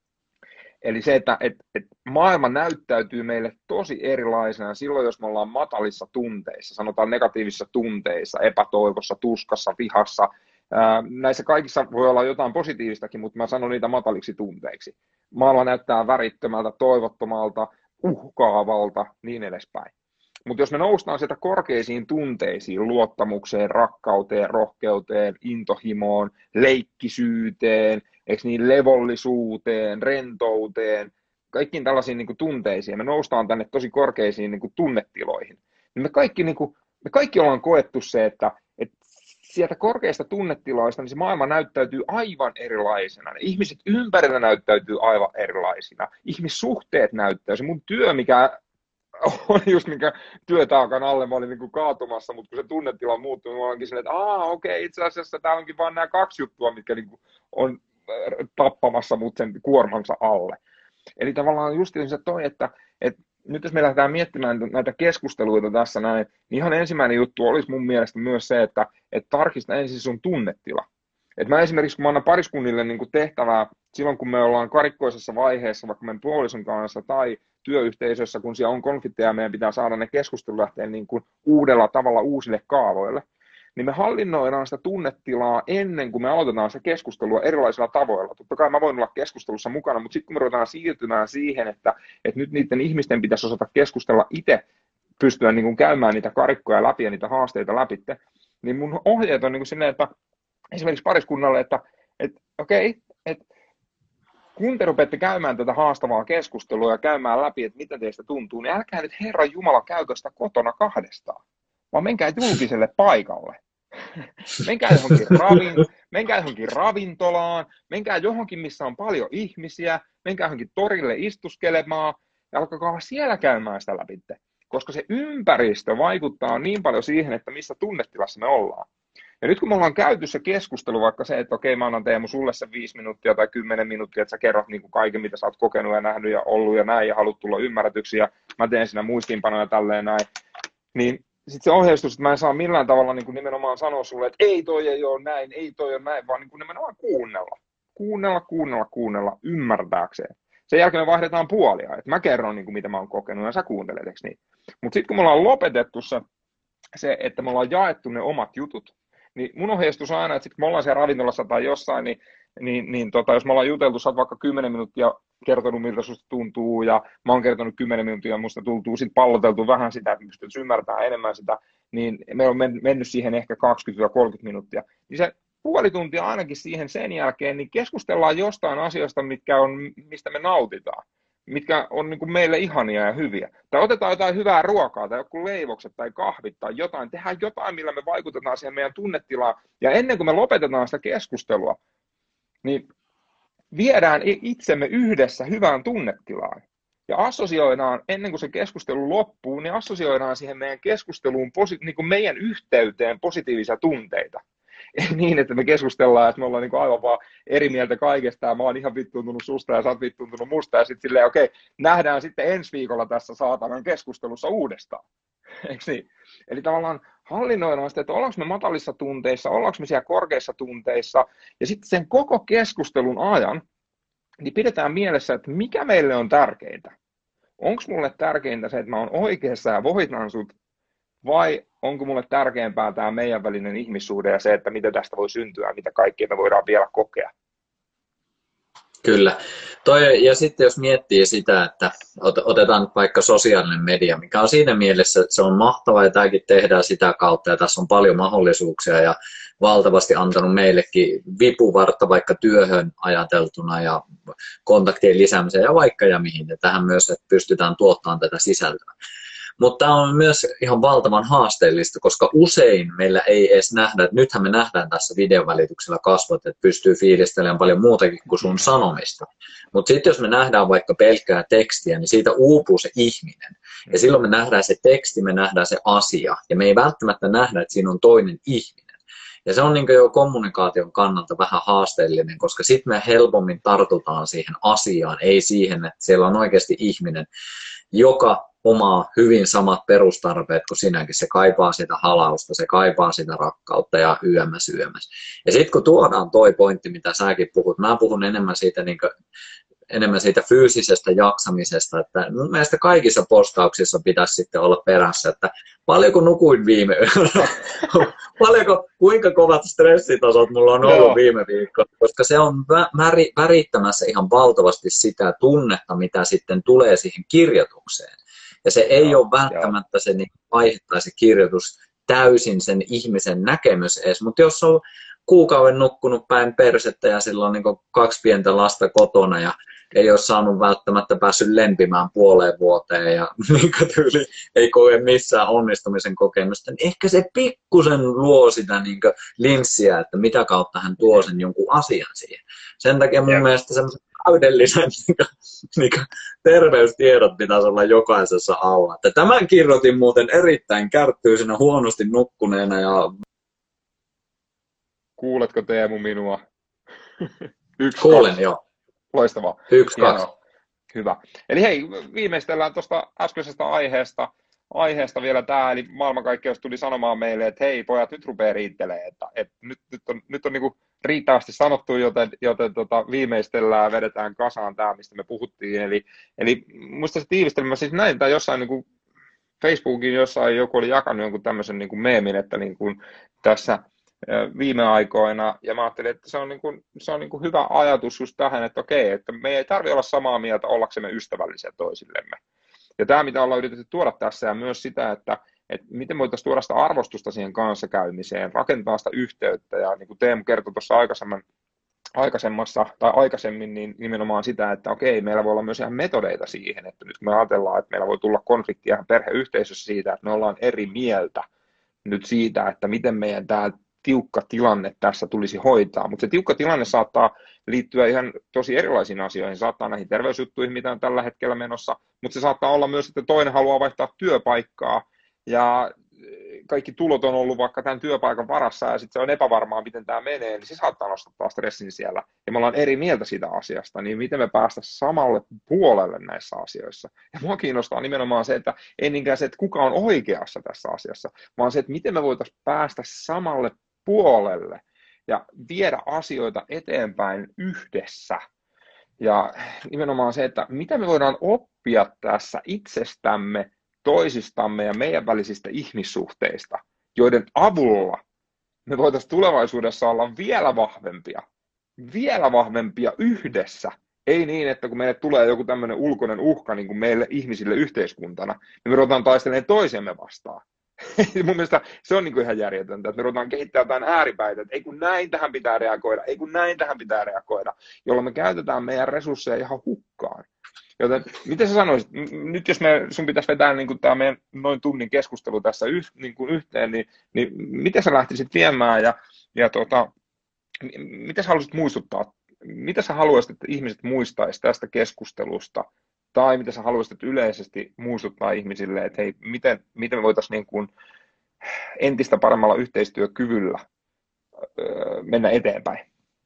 Eli se, että et, et maailma näyttäytyy meille tosi erilaisena silloin, jos me ollaan matalissa tunteissa, sanotaan negatiivisissa tunteissa, epätoivossa, tuskassa, vihassa. Ää, näissä kaikissa voi olla jotain positiivistakin, mutta mä sanon niitä mataliksi tunteiksi. Maailma näyttää värittömältä, toivottomalta, uhkaavalta, niin edespäin. Mutta jos me noustaan sieltä korkeisiin tunteisiin, luottamukseen, rakkauteen, rohkeuteen, intohimoon, leikkisyyteen, eikö niin, levollisuuteen, rentouteen, kaikkiin tällaisiin niin kuin tunteisiin, me noustaan tänne tosi korkeisiin niin kuin tunnetiloihin, niin me kaikki, niin kuin, me kaikki ollaan koettu se, että, että sieltä korkeista tunnetiloista niin se maailma näyttäytyy aivan erilaisena. Ne ihmiset ympärillä näyttäytyy aivan erilaisina. Ihmissuhteet näyttäytyy. Se mun työ, mikä oli just minkä työtaakan alle mä olin niin kuin kaatumassa, mutta kun se tunnetila muuttui, niin mä olinkin silleen, että aah, okei, okay, itse asiassa tää onkin vaan nämä kaksi juttua, mitkä niin kuin on tappamassa mut sen kuormansa alle. Eli tavallaan just se toi, että, että nyt jos me lähdetään miettimään näitä keskusteluita tässä näin, niin ihan ensimmäinen juttu olisi mun mielestä myös se, että, että tarkista ensin sun tunnetila. Et mä esimerkiksi, kun mä annan pariskunnille niin kuin tehtävää silloin, kun me ollaan karikkoisessa vaiheessa, vaikka meidän puolison kanssa tai työyhteisössä, kun siellä on konflikteja ja meidän pitää saada ne keskustelut lähteä niin kuin uudella tavalla uusille kaavoille, niin me hallinnoidaan sitä tunnetilaa ennen kuin me aloitetaan se keskustelua erilaisilla tavoilla. Totta kai mä voin olla keskustelussa mukana, mutta sitten kun me ruvetaan siirtymään siihen, että, että nyt niiden ihmisten pitäisi osata keskustella itse, pystyä niin kuin käymään niitä karikkoja läpi ja niitä haasteita läpi, niin mun ohjeet on niin kuin silleen, että esimerkiksi pariskunnalle, että, että okei, että kun te rupeatte käymään tätä haastavaa keskustelua ja käymään läpi, että mitä teistä tuntuu, niin älkää nyt Herran Jumala käykö sitä kotona kahdestaan, vaan menkää julkiselle paikalle. Menkää johonkin, ravin, menkää johonkin ravintolaan, menkää johonkin, missä on paljon ihmisiä, menkää johonkin torille istuskelemaan ja alkakaa siellä käymään sitä läpi, koska se ympäristö vaikuttaa niin paljon siihen, että missä tunnetilassa me ollaan. Ja nyt kun me ollaan käyty se keskustelu, vaikka se, että okei, mä annan Teemu sulle se viisi minuuttia tai kymmenen minuuttia, että sä kerrot niin kuin kaiken, mitä sä oot kokenut ja nähnyt ja ollut ja näin, ja haluat tulla ymmärretyksi, ja mä teen siinä muistiinpanoja tälleen näin, niin sitten se ohjeistus, että mä en saa millään tavalla niin kuin nimenomaan sanoa sulle, että ei toi ei ole näin, ei toi ole näin, vaan niin kuin nimenomaan kuunnella. Kuunnella, kuunnella, kuunnella, ymmärtääkseen. Sen jälkeen me vaihdetaan puolia, että mä kerron, niin kuin, mitä mä oon kokenut, ja sä kuuntelet, eikö niin? Mutta sitten kun me ollaan lopetettu se, se, että me ollaan jaettu ne omat jutut, niin mun ohjeistus on aina, että sit kun me ollaan siellä ravintolassa tai jossain, niin, niin, niin tota, jos me ollaan juteltu, sä oot vaikka kymmenen minuuttia kertonut, miltä susta tuntuu, ja mä oon kertonut kymmenen minuuttia, musta tuntuu, sit palloteltu vähän sitä, että pystyt ymmärtämään enemmän sitä, niin me on mennyt siihen ehkä kaksikymmentä kolmekymmentä minuuttia. Niin se puoli tuntia ainakin siihen sen jälkeen, niin keskustellaan jostain asioista, mitkä on, mistä me nautitaan, mitkä on niin kuin meille ihania ja hyviä. Tai otetaan jotain hyvää ruokaa, tai joku leivokset, tai kahvit, tai jotain. Tehdään jotain, millä me vaikutetaan siihen meidän tunnetilaan. Ja ennen kuin me lopetetaan sitä keskustelua, niin viedään itsemme yhdessä hyvään tunnetilaan. Ja assosioidaan, ennen kuin se keskustelu loppuu, niin assosioidaan siihen meidän keskusteluun, niin kuin meidän yhteyteen positiivisia tunteita. Ei niin, että me keskustellaan, että me ollaan niin aivan vaan eri mieltä kaikesta, ja mä oon ihan vittuuntunut susta, ja sä oot vittuuntunut musta, ja sitten silleen, okei, nähdään sitten ensi viikolla tässä saatanan keskustelussa uudestaan. Eikö niin? Eli tavallaan hallinnoidaan sitä, että ollaanko me matalissa tunteissa, ollaanko me siellä korkeissa tunteissa, ja sitten sen koko keskustelun ajan, niin pidetään mielessä, että mikä meille on tärkeintä. Onko mulle tärkeintä se, että mä oon oikeassa ja voitan sut, vai onko mulle tärkeämpää tämä meidän välinen ihmissuhde ja se, että mitä tästä voi syntyä ja mitä kaikkea me voidaan vielä kokea? Kyllä. Toi, ja sitten jos miettii sitä, että otetaan nyt vaikka sosiaalinen media, mikä on siinä mielessä, että se on mahtavaa ja tämäkin tehdään sitä kautta ja tässä on paljon mahdollisuuksia ja valtavasti antanut meillekin vipuvartta vaikka työhön ajateltuna ja kontaktien lisäämiseen ja vaikka ja mihin. Ja tähän myös, että pystytään tuottamaan tätä sisältöä. Mutta tämä on myös ihan valtavan haasteellista, koska usein meillä ei edes nähdä, että nythän me nähdään tässä videon välityksellä kasvot, että pystyy fiilistelemään paljon muutakin kuin sun sanomista. Mutta sitten jos me nähdään vaikka pelkkää tekstiä, niin siitä uupuu se ihminen. Ja silloin me nähdään se teksti, me nähdään se asia, ja me ei välttämättä nähdä, että siinä on toinen ihminen. Ja se on niin jo kommunikaation kannalta vähän haasteellinen, koska sitten me helpommin tartutaan siihen asiaan, ei siihen, että siellä on oikeasti ihminen, joka omaa hyvin samat perustarpeet kuin sinäkin. Se kaipaa sitä halausta, se kaipaa sitä rakkautta ja yömmäs yömmäs. Ja sitten kun tuodaan toi pointti, mitä säkin puhut, mä puhun enemmän siitä, niin kuin, enemmän siitä fyysisestä jaksamisesta, että mun mielestä kaikissa postauksissa pitäisi sitten olla perässä, että paljonko nukuin viime yönä, paljonko, kuinka kovat stressitasot mulla on ollut viime viikko, koska se on värittämässä ihan valtavasti sitä tunnetta, mitä sitten tulee siihen kirjoitukseen. Ja se ei joo, ole välttämättä joo. se niin aihe tai se kirjoitus täysin sen ihmisen näkemys edes, mutta jos on kuukauden nukkunut päin persettä ja sillä on niin kaksi pientä lasta kotona ja ei ole saanut välttämättä päässyt lempimään puoleen vuoteen ja niin tyyli ei koe missään onnistumisen kokemusta, niin ehkä se pikkusen luo sitä niin linssiä, että mitä kautta hän tuo sen jonkun asian siihen. Sen takia mun ja. mielestä semmoisen täydellisen niin kuin, niin kuin, terveystiedot pitäisi olla jokaisessa alla. Että tämän kirjoitin muuten erittäin kärttyisenä, huonosti nukkuneena. Ja... Kuuletko Teemu minua? Yksi, Kuulen, kaksi. Joo. Loistavaa. Yksi, kaksi. Hyvä. Eli hei, viimeistellään tuosta äskeisestä aiheesta, aiheesta vielä tämä, eli maailmankaikkeus tuli sanomaan meille, että hei pojat, nyt rupeaa riittelemään, että, että nyt, nyt on, nyt on niin kuin riittävästi sanottu, joten, joten tota, viimeistellään ja vedetään kasaan tämä, mistä me puhuttiin. Eli, eli muista se tiivistelmä, siis näin tai jossain niin kuin Facebookin jossain joku oli jakanut jonkun tämmöisen niin kuin meemin, että niin kuin tässä viime aikoina, ja mä ajattelin, että se on, niin kuin, se on niin kuin hyvä ajatus just tähän, että okei, että me ei tarvitse olla samaa mieltä ollaksemme ystävällisiä toisillemme. Ja tämä, mitä ollaan yritetty tuoda tässä, ja myös sitä, että, että miten voitaisiin tuoda sitä arvostusta siihen kanssakäymiseen, rakentaa sitä yhteyttä, ja niin kuin Teemu kertoi tuossa aikaisemmin, aikaisemmassa, tai aikaisemmin, niin nimenomaan sitä, että okei, meillä voi olla myös ihan metodeita siihen, että nyt kun me ajatellaan, että meillä voi tulla konfliktia ihan perheyhteisössä siitä, että me ollaan eri mieltä nyt siitä, että miten meidän tämä tiukka tilanne tässä tulisi hoitaa, mutta se tiukka tilanne saattaa liittyä ihan tosi erilaisiin asioihin, saattaa näihin terveysjuttuihin, mitä on tällä hetkellä menossa, mutta se saattaa olla myös, että toinen haluaa vaihtaa työpaikkaa ja kaikki tulot on ollut vaikka tämän työpaikan varassa ja sitten se on epävarmaa, miten tämä menee, niin se saattaa nostaa stressin siellä ja me ollaan eri mieltä siitä asiasta, niin miten me päästäisiin samalle puolelle näissä asioissa. Ja mua kiinnostaa nimenomaan se, että ei niinkään se, että kuka on oikeassa tässä asiassa, vaan se, että miten me voitaisiin päästä samalle puolelle ja viedä asioita eteenpäin yhdessä. Ja nimenomaan se, että mitä me voidaan oppia tässä itsestämme, toisistamme ja meidän välisistä ihmissuhteista, joiden avulla me voitaisiin tulevaisuudessa olla vielä vahvempia, vielä vahvempia yhdessä. Ei niin, että kun meille tulee joku tämmöinen ulkoinen uhka niin kuin meille ihmisille yhteiskuntana, niin me ruvetaan taistelemaan toisemme vastaan. Mun mielestä se on niin kuin ihan järjetöntä, että me ruvetaan kehittämään jotain ääripäitä, että ei kun näin tähän pitää reagoida, ei kun näin tähän pitää reagoida, jolloin me käytetään meidän resursseja ihan hukkaan. Joten miten sä sanoisit, nyt jos me, sun pitäisi vetää niin kuin tämä meidän noin tunnin keskustelu tässä yh, niin kuin yhteen, niin, niin miten sä lähtisit viemään ja, ja tota, mitä sä haluaisit muistuttaa, mitä sä haluaisit, että ihmiset muistaisi tästä keskustelusta, tai mitä sä haluaisit että yleisesti muistuttaa ihmisille, että hei, miten, miten me voitaisiin niin kuin entistä paremmalla yhteistyökyvyllä öö, mennä eteenpäin?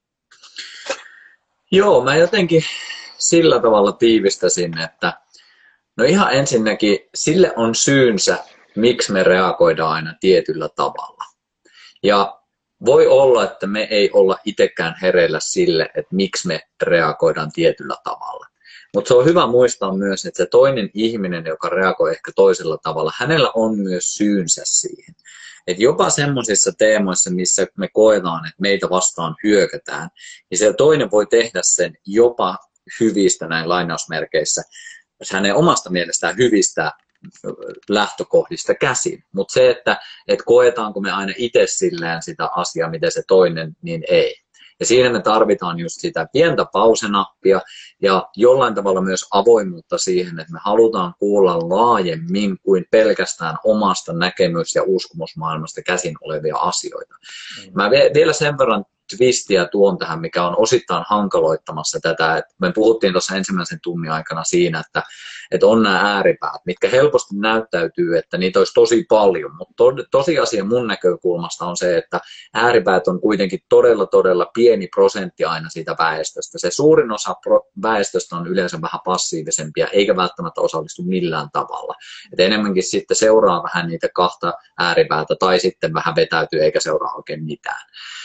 Joo, mä jotenkin sillä tavalla tiivistäsin, että no ihan ensinnäkin sille on syynsä, miksi me reagoidaan aina tietyllä tavalla. Ja voi olla, että me ei olla itsekään hereillä sille, että miksi me reagoidaan tietyllä tavalla. Mutta se on hyvä muistaa myös, että se toinen ihminen, joka reagoi ehkä toisella tavalla, hänellä on myös syynsä siihen. Että jopa semmoisissa teemoissa, missä me koetaan, että meitä vastaan hyökätään, niin se toinen voi tehdä sen jopa hyvistä näin lainausmerkeissä, hänen omasta mielestään hyvistä lähtökohdista käsin. Mutta se, että et koetaanko me aina itse silleen sitä asiaa, miten se toinen, niin ei. Ja siinä me tarvitaan just sitä pientä pausenappia ja jollain tavalla myös avoimuutta siihen, että me halutaan kuulla laajemmin kuin pelkästään omasta näkemys- ja uskomusmaailmasta käsin olevia asioita. Mm. Mä vielä sen verran twistiä tuon tähän, mikä on osittain hankaloittamassa tätä. Että me puhuttiin tuossa ensimmäisen tunnin aikana siinä, että, että on nämä ääripäät, mitkä helposti näyttäytyy, että niitä olisi tosi paljon, mutta to, tosiasia mun näkökulmasta on se, että ääripäät on kuitenkin todella, todella pieni prosentti aina siitä väestöstä. Se suurin osa pro, väestöstä on yleensä vähän passiivisempia, eikä välttämättä osallistu millään tavalla. Et enemmänkin sitten seuraa vähän niitä kahta ääripäätä tai sitten vähän vetäytyy eikä seuraa oikein mitään.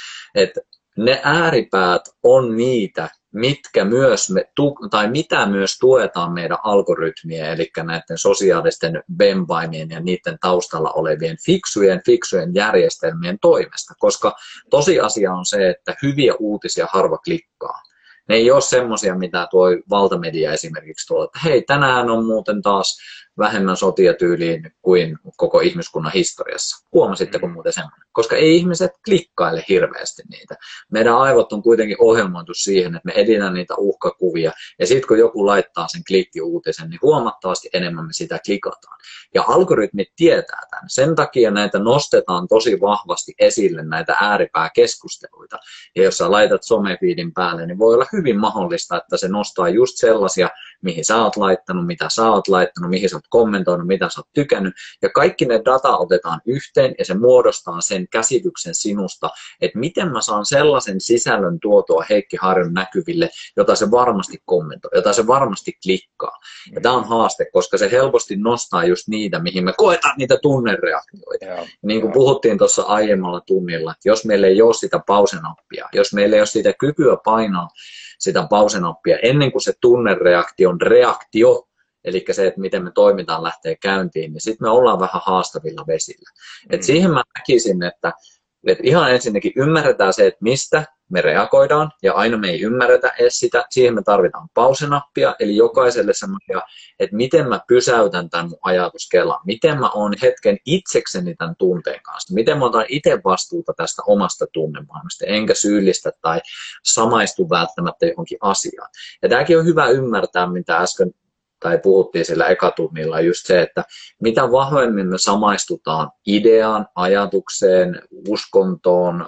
Et ne ääripäät on niitä, mitkä myös me, tai mitä myös tuetaan meidän algoritmien, eli näiden sosiaalisten vempaimien ja niiden taustalla olevien fiksujen, fiksujen järjestelmien toimesta, koska tosiasia on se, että hyviä uutisia harva klikkaa. Ne ei ole semmoisia, mitä tuo valtamedia esimerkiksi tuolla, että hei, tänään on muuten taas vähemmän sotia tyyliin kuin koko ihmiskunnan historiassa. Huomasitteko muuten semmoinen? Koska ei ihmiset klikkaile hirveästi niitä. Meidän aivot on kuitenkin ohjelmoitu siihen, että me editään niitä uhkakuvia, ja sitten kun joku laittaa sen klikkiuutisen, niin huomattavasti enemmän me sitä klikataan. Ja algoritmit tietää tämän. Sen takia näitä nostetaan tosi vahvasti esille, näitä ääripääkeskusteluita. Ja jos sä laitat somefiidin päälle, niin voi olla hyvin mahdollista, että se nostaa just sellaisia, mihin sä oot laittanut, mitä sä oot laittanut, mihin sä oot kommentoinut, mitä sä oot tykännyt. Ja kaikki ne data otetaan yhteen ja se muodostaa sen käsityksen sinusta, että miten mä saan sellaisen sisällön tuotua Heikki Harjun näkyville, jota se varmasti kommentoi, jota se varmasti klikkaa. Ja tämä on haaste, koska se helposti nostaa just niitä, mihin me koetaan niitä tunnereaktioita. Ja, niin kuin ja. puhuttiin tuossa aiemmalla tunnilla, että jos meillä ei ole sitä pausenappia, jos meillä ei ole sitä kykyä painaa sitä pausenappia ennen kuin se tunnereaktion reaktio, eli se, että miten me toimitaan lähtee käyntiin, niin sitten me ollaan vähän haastavilla vesillä. Mm. Et siihen mä näkisin, että, että ihan ensinnäkin ymmärretään se, että mistä me reagoidaan, ja aina me ei ymmärretä edes sitä. Siihen me tarvitaan pausenappia, eli jokaiselle semmoisia, että miten mä pysäytän tämän mun ajatuskelan, miten mä oon hetken itsekseni tämän tunteen kanssa, miten mä otan itse vastuuta tästä omasta tunnemaailmasta, enkä syyllistä tai samaistu välttämättä johonkin asiaan. Ja tämäkin on hyvä ymmärtää, mitä äsken tai puhuttiin sillä ekatunnilla, just se, että mitä vahvemmin me samaistutaan ideaan, ajatukseen, uskontoon,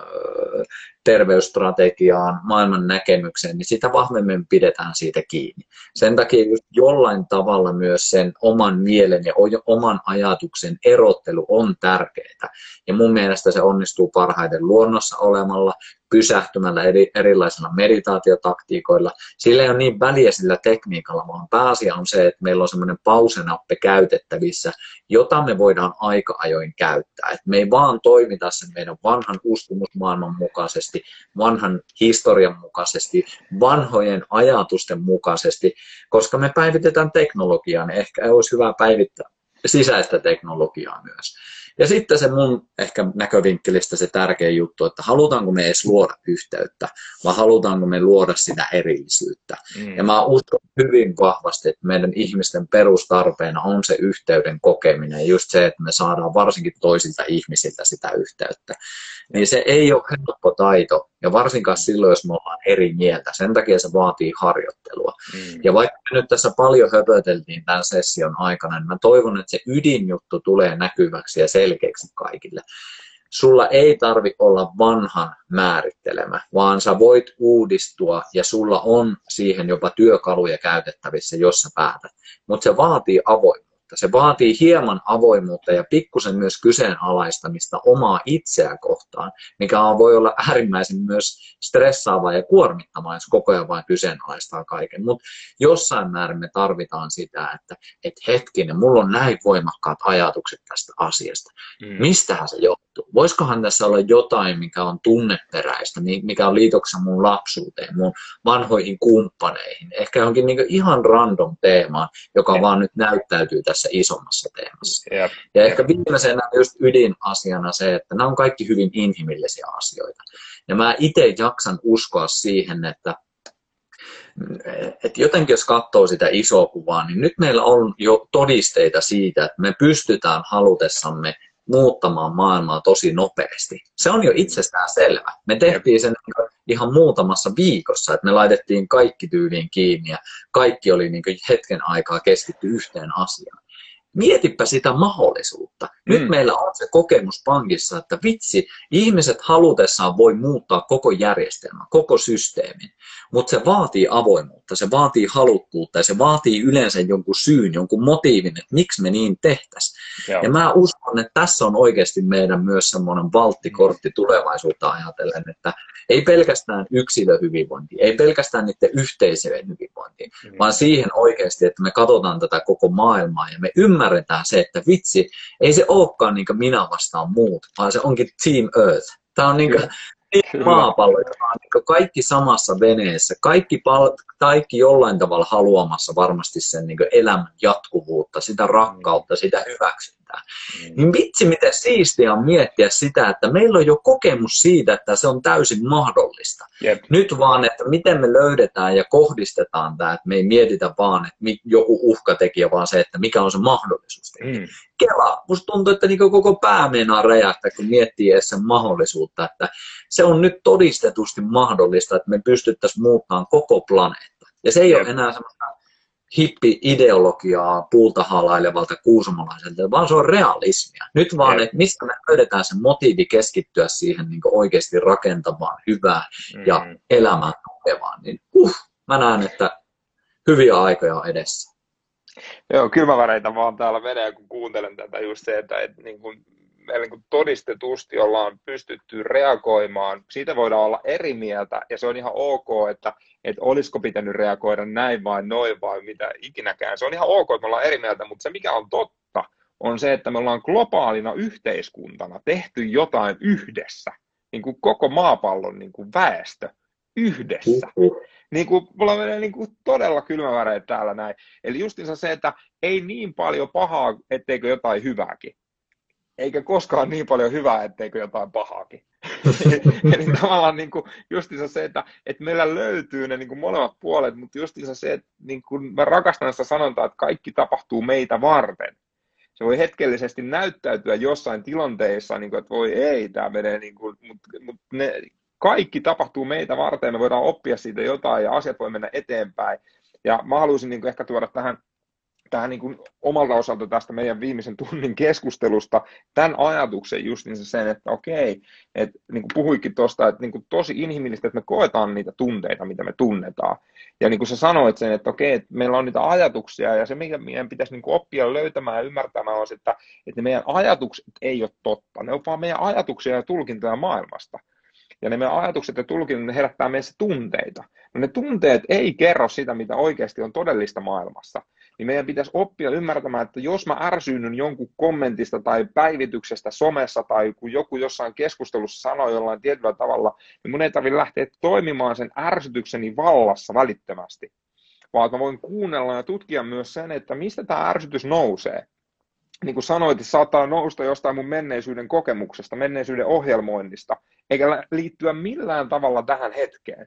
terveysstrategiaan, maailman näkemykseen, niin sitä vahvemmin pidetään siitä kiinni. Sen takia just jollain tavalla myös sen oman mielen ja oman ajatuksen erottelu on tärkeää. Ja mun mielestä se onnistuu parhaiten luonnossa olemalla, pysähtymällä eri, erilaisilla meditaatiotaktiikoilla. Sillä ei ole niin väliä sillä tekniikalla, vaan pääasia on se, että meillä on semmoinen pausenappe käytettävissä, jota me voidaan aika ajoin käyttää. Et me ei vaan toimita sen meidän vanhan uskomusmaailman mukaisesti, vanhan historian mukaisesti, vanhojen ajatusten mukaisesti, koska me päivitetään teknologiaa, niin ehkä olisi hyvä päivittää sisäistä teknologiaa myös. Ja sitten se mun ehkä näkövinkkelistä se tärkeä juttu, että halutaanko me edes luoda yhteyttä, vai halutaanko me luoda sitä erillisyyttä. Mm. Ja mä uskon hyvin vahvasti, että meidän ihmisten perustarpeena on se yhteyden kokeminen, just se, että me saadaan varsinkin toisilta ihmisiltä sitä yhteyttä. Niin se ei ole helppo taito, ja varsinkaan silloin, jos me ollaan eri mieltä. Sen takia se vaatii harjoittelua. Mm. Ja vaikka me nyt tässä paljon höpöteltiin tämän session aikana, niin mä toivon, että se ydinjuttu tulee näkyväksi ja selkeäksi kaikille. Sulla ei tarvitse olla vanhan määrittelemä, vaan sä voit uudistua ja sulla on siihen jopa työkaluja käytettävissä, jos sä päätät. Mutta se vaatii avoimuutta. Se vaatii hieman avoimuutta ja pikkusen myös kyseenalaistamista omaa itseä kohtaan, mikä voi olla äärimmäisen myös stressaavaa ja kuormittavaa, jos koko ajan vain kyseenalaistaa kaiken. Mutta jossain määrin me tarvitaan sitä, että et hetkinen, mulla on näin voimakkaat ajatukset tästä asiasta. Mm. Mistähän se johtuu? voisikohan tässä olla jotain, mikä on tunneperäistä, mikä on liitoksessa mun lapsuuteen, mun vanhoihin kumppaneihin, ehkä johonkin niin ihan random teemaan, joka vaan nyt näyttäytyy tässä isommassa teemassa. Yep. Ja ehkä viimeisenä just ydinasiana se, että nämä on kaikki hyvin inhimillisiä asioita. Ja mä itse jaksan uskoa siihen, että että jotenkin jos katsoo sitä isoa kuvaa, niin nyt meillä on jo todisteita siitä, että me pystytään halutessamme muuttamaan maailmaa tosi nopeasti. Se on jo itsestään selvä. Me tehtiin sen ihan muutamassa viikossa, että me laitettiin kaikki tyyliin kiinni ja kaikki oli niin kuin hetken aikaa keskitty yhteen asiaan. Mietipä sitä mahdollisuutta. Nyt mm. meillä on se kokemus pankissa, että vitsi, ihmiset halutessaan voi muuttaa koko järjestelmän, koko systeemin, mutta se vaatii avoimuutta, se vaatii halukkuutta ja se vaatii yleensä jonkun syyn, jonkun motiivin, että miksi me niin tehtäisiin. Ja mä uskon, että tässä on oikeasti meidän myös semmoinen valttikortti tulevaisuutta ajatellen, että ei pelkästään yksilöhyvinvointi, ei pelkästään niiden yhteisöjen hyvinvointi, mm. vaan siihen oikeasti, että me katsotaan tätä koko maailmaa ja me ymmärretään se, että vitsi, ei se olekaan niin kuin minä vastaan muut, vaan se onkin Team Earth. Tämä on niin kuin maapallo, joka on niin kaikki samassa veneessä, kaikki, pal- kaikki jollain tavalla haluamassa varmasti sen niin elämän jatkuvuutta, sitä rakkautta, sitä hyväksyntää. Mm. Niin vitsi, miten siistiä on miettiä sitä, että meillä on jo kokemus siitä, että se on täysin mahdollista. Yep. Nyt vaan, että miten me löydetään ja kohdistetaan tämä, että me ei mietitä vaan, että joku uhkatekijä, vaan se, että mikä on se mahdollisuus. Mm. Kela, musta tuntuu, että niin koko pää meinaa räjähtää, kun miettii edes sen mahdollisuutta, että se on nyt todistetusti mahdollista, että me pystyttäisiin muuttamaan koko planeetta. Ja se ei yep. ole enää semmoista hippi-ideologiaa puulta halailevalta kuusamolaiselta, vaan se on realismia. Nyt vaan, että mistä me löydetään se motiivi keskittyä siihen niin oikeasti rakentavaan, hyvään mm. ja elämään tukevaan, niin uh, mä näen, että hyviä aikoja on edessä. Joo, kylmäväreitä vaan täällä menee, kun kuuntelen tätä just se, että, että niin kuin meillä niin kuin todistetusti ollaan pystytty reagoimaan. Siitä voidaan olla eri mieltä ja se on ihan ok, että, että olisiko pitänyt reagoida näin vai noin vai mitä ikinäkään. Se on ihan ok, että me ollaan eri mieltä, mutta se mikä on totta on se, että me ollaan globaalina yhteiskuntana tehty jotain yhdessä. Niin kuin koko maapallon niin kuin väestö yhdessä. Niin kuin, mulla menee niin kuin todella kylmäväreitä täällä näin. Eli justiinsa se, että ei niin paljon pahaa, etteikö jotain hyvääkin. Eikä koskaan niin paljon hyvää, etteikö jotain pahaakin. Eli tavallaan niin kuin justiinsa se, että, että meillä löytyy ne niin kuin molemmat puolet, mutta justiinsa se, että niin kuin mä rakastan sitä sanontaa, että kaikki tapahtuu meitä varten. Se voi hetkellisesti näyttäytyä jossain tilanteessa, niin kuin, että voi ei, tämä menee, niin kuin, mutta, mutta ne, kaikki tapahtuu meitä varten, me voidaan oppia siitä jotain ja asiat voi mennä eteenpäin. Ja mä haluaisin niin kuin ehkä tuoda tähän, tähän niin kuin omalta osalta tästä meidän viimeisen tunnin keskustelusta tämän ajatuksen just niin sen, että okei, että niin kuin puhuikin tuosta, että niin kuin tosi inhimillistä, että me koetaan niitä tunteita, mitä me tunnetaan. Ja niin kuin sä sanoit sen, että okei, että meillä on niitä ajatuksia ja se, mikä meidän pitäisi niin kuin oppia löytämään ja ymmärtämään on se, että, että meidän ajatukset ei ole totta. Ne on vaan meidän ajatuksia ja tulkintoja maailmasta. Ja ne meidän ajatukset ja tulkinnat, ne herättää meissä tunteita. No ne tunteet ei kerro sitä, mitä oikeasti on todellista maailmassa. Niin meidän pitäisi oppia ymmärtämään, että jos mä ärsynnyn jonkun kommentista tai päivityksestä somessa tai kun joku jossain keskustelussa sanoo jollain tietyllä tavalla, niin mun ei tarvitse lähteä toimimaan sen ärsytykseni vallassa välittömästi. Vaan mä voin kuunnella ja tutkia myös sen, että mistä tämä ärsytys nousee. Niin kuin sanoit, että saattaa nousta jostain mun menneisyyden kokemuksesta, menneisyyden ohjelmoinnista, eikä liittyä millään tavalla tähän hetkeen.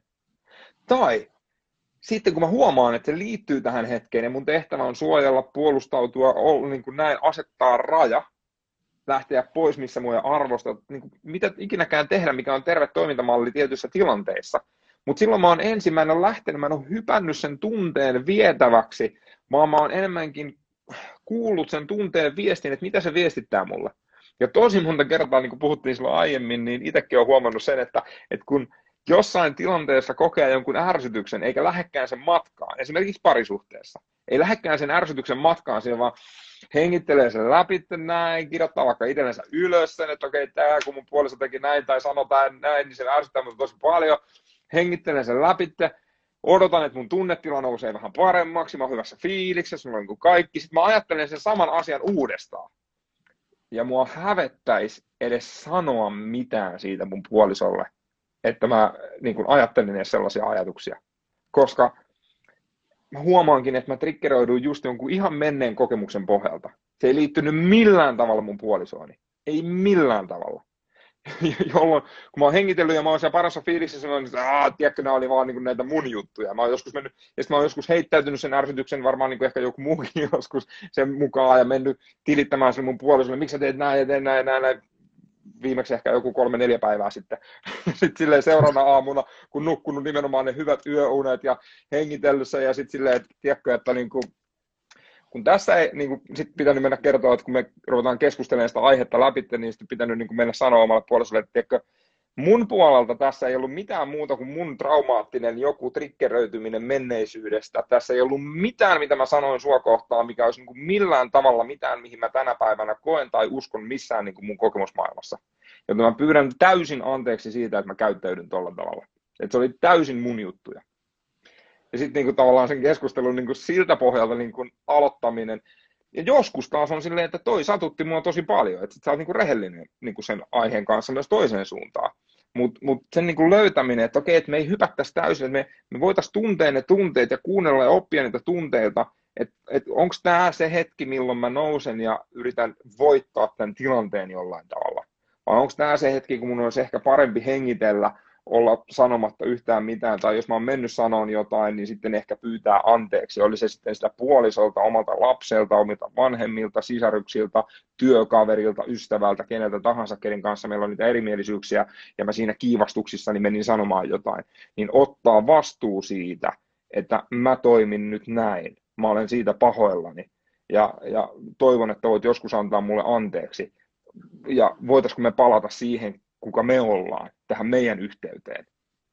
Tai sitten kun mä huomaan, että se liittyy tähän hetkeen ja mun tehtävä on suojella, puolustautua, niin kuin näin, asettaa raja, lähteä pois, missä mua ei arvosta, niin kuin mitä ikinäkään tehdä, mikä on terve toimintamalli tietyissä tilanteissa. Mutta silloin mä oon ensimmäinen lähtenyt, mä en ole hypännyt sen tunteen vietäväksi, vaan mä oon enemmänkin kuullut sen tunteen viestin, että mitä se viestittää mulle. Ja tosi monta kertaa, niin kuin puhuttiin silloin aiemmin, niin itsekin olen huomannut sen, että, että kun jossain tilanteessa kokee jonkun ärsytyksen, eikä lähdekään sen matkaan, esimerkiksi parisuhteessa, ei lähdekään sen ärsytyksen matkaan, siinä vaan hengittelee sen läpi näin, kirjoittaa vaikka itsellensä ylös sen, että okei, tämä kun mun puoliso teki näin tai sanotaan näin, niin se ärsyttää minua tosi paljon, hengittelen sen läpi, odotan, että mun tunnetila nousee vähän paremmaksi, mä oon hyvässä fiiliksessä, mä oon niin kuin kaikki, sitten mä ajattelen sen saman asian uudestaan. ja mua hävettäisi edes sanoa mitään siitä mun puolisolle, että mä niin kuin ajattelin edes sellaisia ajatuksia. Koska mä huomaankin, että mä triggeroiduin just jonkun ihan menneen kokemuksen pohjalta. Se ei liittynyt millään tavalla mun puolisooni. Ei millään tavalla. Jolloin, kun mä oon hengitellyt ja mä oon siellä parassa fiiliksessä sanonut, että aah, tiedätkö, nämä oli vaan niin kuin näitä mun juttuja. Mä oon joskus mennyt, ja sitten mä oon joskus heittäytynyt sen ärsytyksen, varmaan niin kuin ehkä joku muukin joskus sen mukaan, ja mennyt tilittämään sen mun puolisolle, miksi sä teet näin ja teet näin ja näin, näin. Viimeksi ehkä joku kolme, neljä päivää sitten. Sitten silleen seuraavana aamuna, kun nukkunut nimenomaan ne hyvät yöunet ja hengitellyt sen, ja sitten silleen, että tiedätkö, että niin kuin, kun tässä ei, niin kuin, sit pitänyt mennä kertoa, että kun me ruvetaan keskustelemaan sitä aihetta läpi, niin sitten pitänyt niin kuin mennä sanoa omalle puolisolle, että tiedätkö, mun puolelta tässä ei ollut mitään muuta kuin mun traumaattinen joku triggeröityminen menneisyydestä. Tässä ei ollut mitään, mitä mä sanoin sua kohtaan, mikä olisi niin kuin millään tavalla mitään, mihin mä tänä päivänä koen tai uskon missään niin kuin mun kokemusmaailmassa. Joten mä pyydän täysin anteeksi siitä, että mä käyttäydyn tolla tavalla. Että se oli täysin mun juttuja. Ja sitten niin tavallaan sen keskustelun niin kuin siltä pohjalta niin kuin aloittaminen. Ja joskus taas on silleen, että toi satutti mua tosi paljon, että sit sä oot niin kuin rehellinen niin kuin sen aiheen kanssa myös toiseen suuntaan. Mutta mut sen niin kuin löytäminen, että okei, että me ei hypättäisi täysin, että me, me voitaisiin tuntea ne tunteet ja kuunnella ja oppia niitä tunteita, että et onko tämä se hetki, milloin mä nousen ja yritän voittaa tämän tilanteen jollain tavalla. Vai onko tämä se hetki, kun mun olisi ehkä parempi hengitellä, olla sanomatta yhtään mitään, tai jos mä oon mennyt sanoon jotain, niin sitten ehkä pyytää anteeksi. Oli se sitten sitä puolisolta, omalta lapselta, omilta vanhemmilta, sisaruksilta, työkaverilta, ystävältä, keneltä tahansa, kenen kanssa meillä on niitä erimielisyyksiä, ja mä siinä kiivastuksissani menin sanomaan jotain, niin ottaa vastuu siitä, että mä toimin nyt näin. Mä olen siitä pahoillani, ja, ja toivon, että voit joskus antaa mulle anteeksi. Ja voitaisiko me palata siihen, kuka me ollaan, tähän meidän yhteyteen.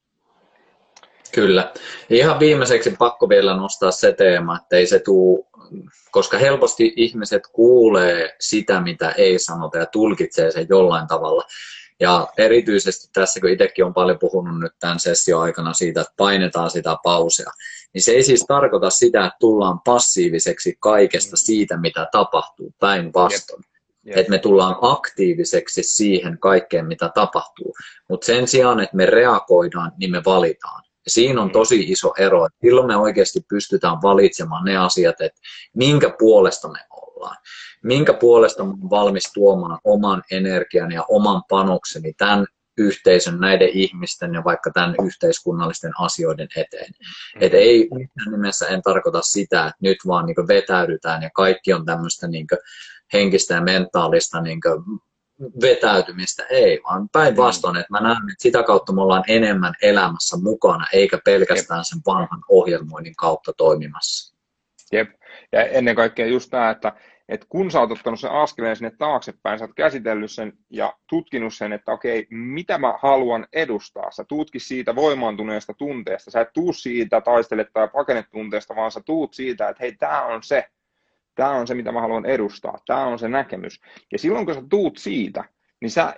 Kyllä. Ihan viimeiseksi pakko vielä nostaa se teema, että ei se tuu, koska helposti ihmiset kuulee sitä, mitä ei sanota ja tulkitsee sen jollain tavalla. Ja erityisesti tässä, kun itsekin on paljon puhunut nyt tämän session aikana siitä, että painetaan sitä pausia, niin se ei siis tarkoita sitä, että tullaan passiiviseksi kaikesta siitä, mitä tapahtuu, päinvastoin. Yep. Että me tullaan aktiiviseksi siihen kaikkeen, mitä tapahtuu. Mutta sen sijaan, että me reagoidaan, niin me valitaan. Ja siinä on tosi iso ero. Että silloin me oikeasti pystytään valitsemaan ne asiat, että minkä puolesta me ollaan. Minkä puolesta mä olen valmis tuomaan oman energian ja oman panokseni tämän yhteisön, näiden ihmisten ja vaikka tämän yhteiskunnallisten asioiden eteen. Mm-hmm. Että ei missään nimessä en tarkoita sitä, että nyt vaan niin vetäydytään ja kaikki on tämmöistä niin henkistä ja mentaalista niin vetäytymistä. Ei, vaan päinvastoin, että mä näen, että sitä kautta me ollaan enemmän elämässä mukana, eikä pelkästään sen vanhan ohjelmoinnin kautta toimimassa. Jep. Ja ennen kaikkea just tämä, että, että kun sä oot ottanut sen askeleen sinne taaksepäin, sä oot käsitellyt sen ja tutkinut sen, että okei, mitä mä haluan edustaa. Sä tuutkin siitä voimaantuneesta tunteesta. Sä et tuu siitä taistele tai pakene tunteesta, vaan sä tuut siitä, että hei, tää on se. Tämä on se, mitä mä haluan edustaa. Tämä on se näkemys. Ja silloin, kun sä tuut siitä, niin sä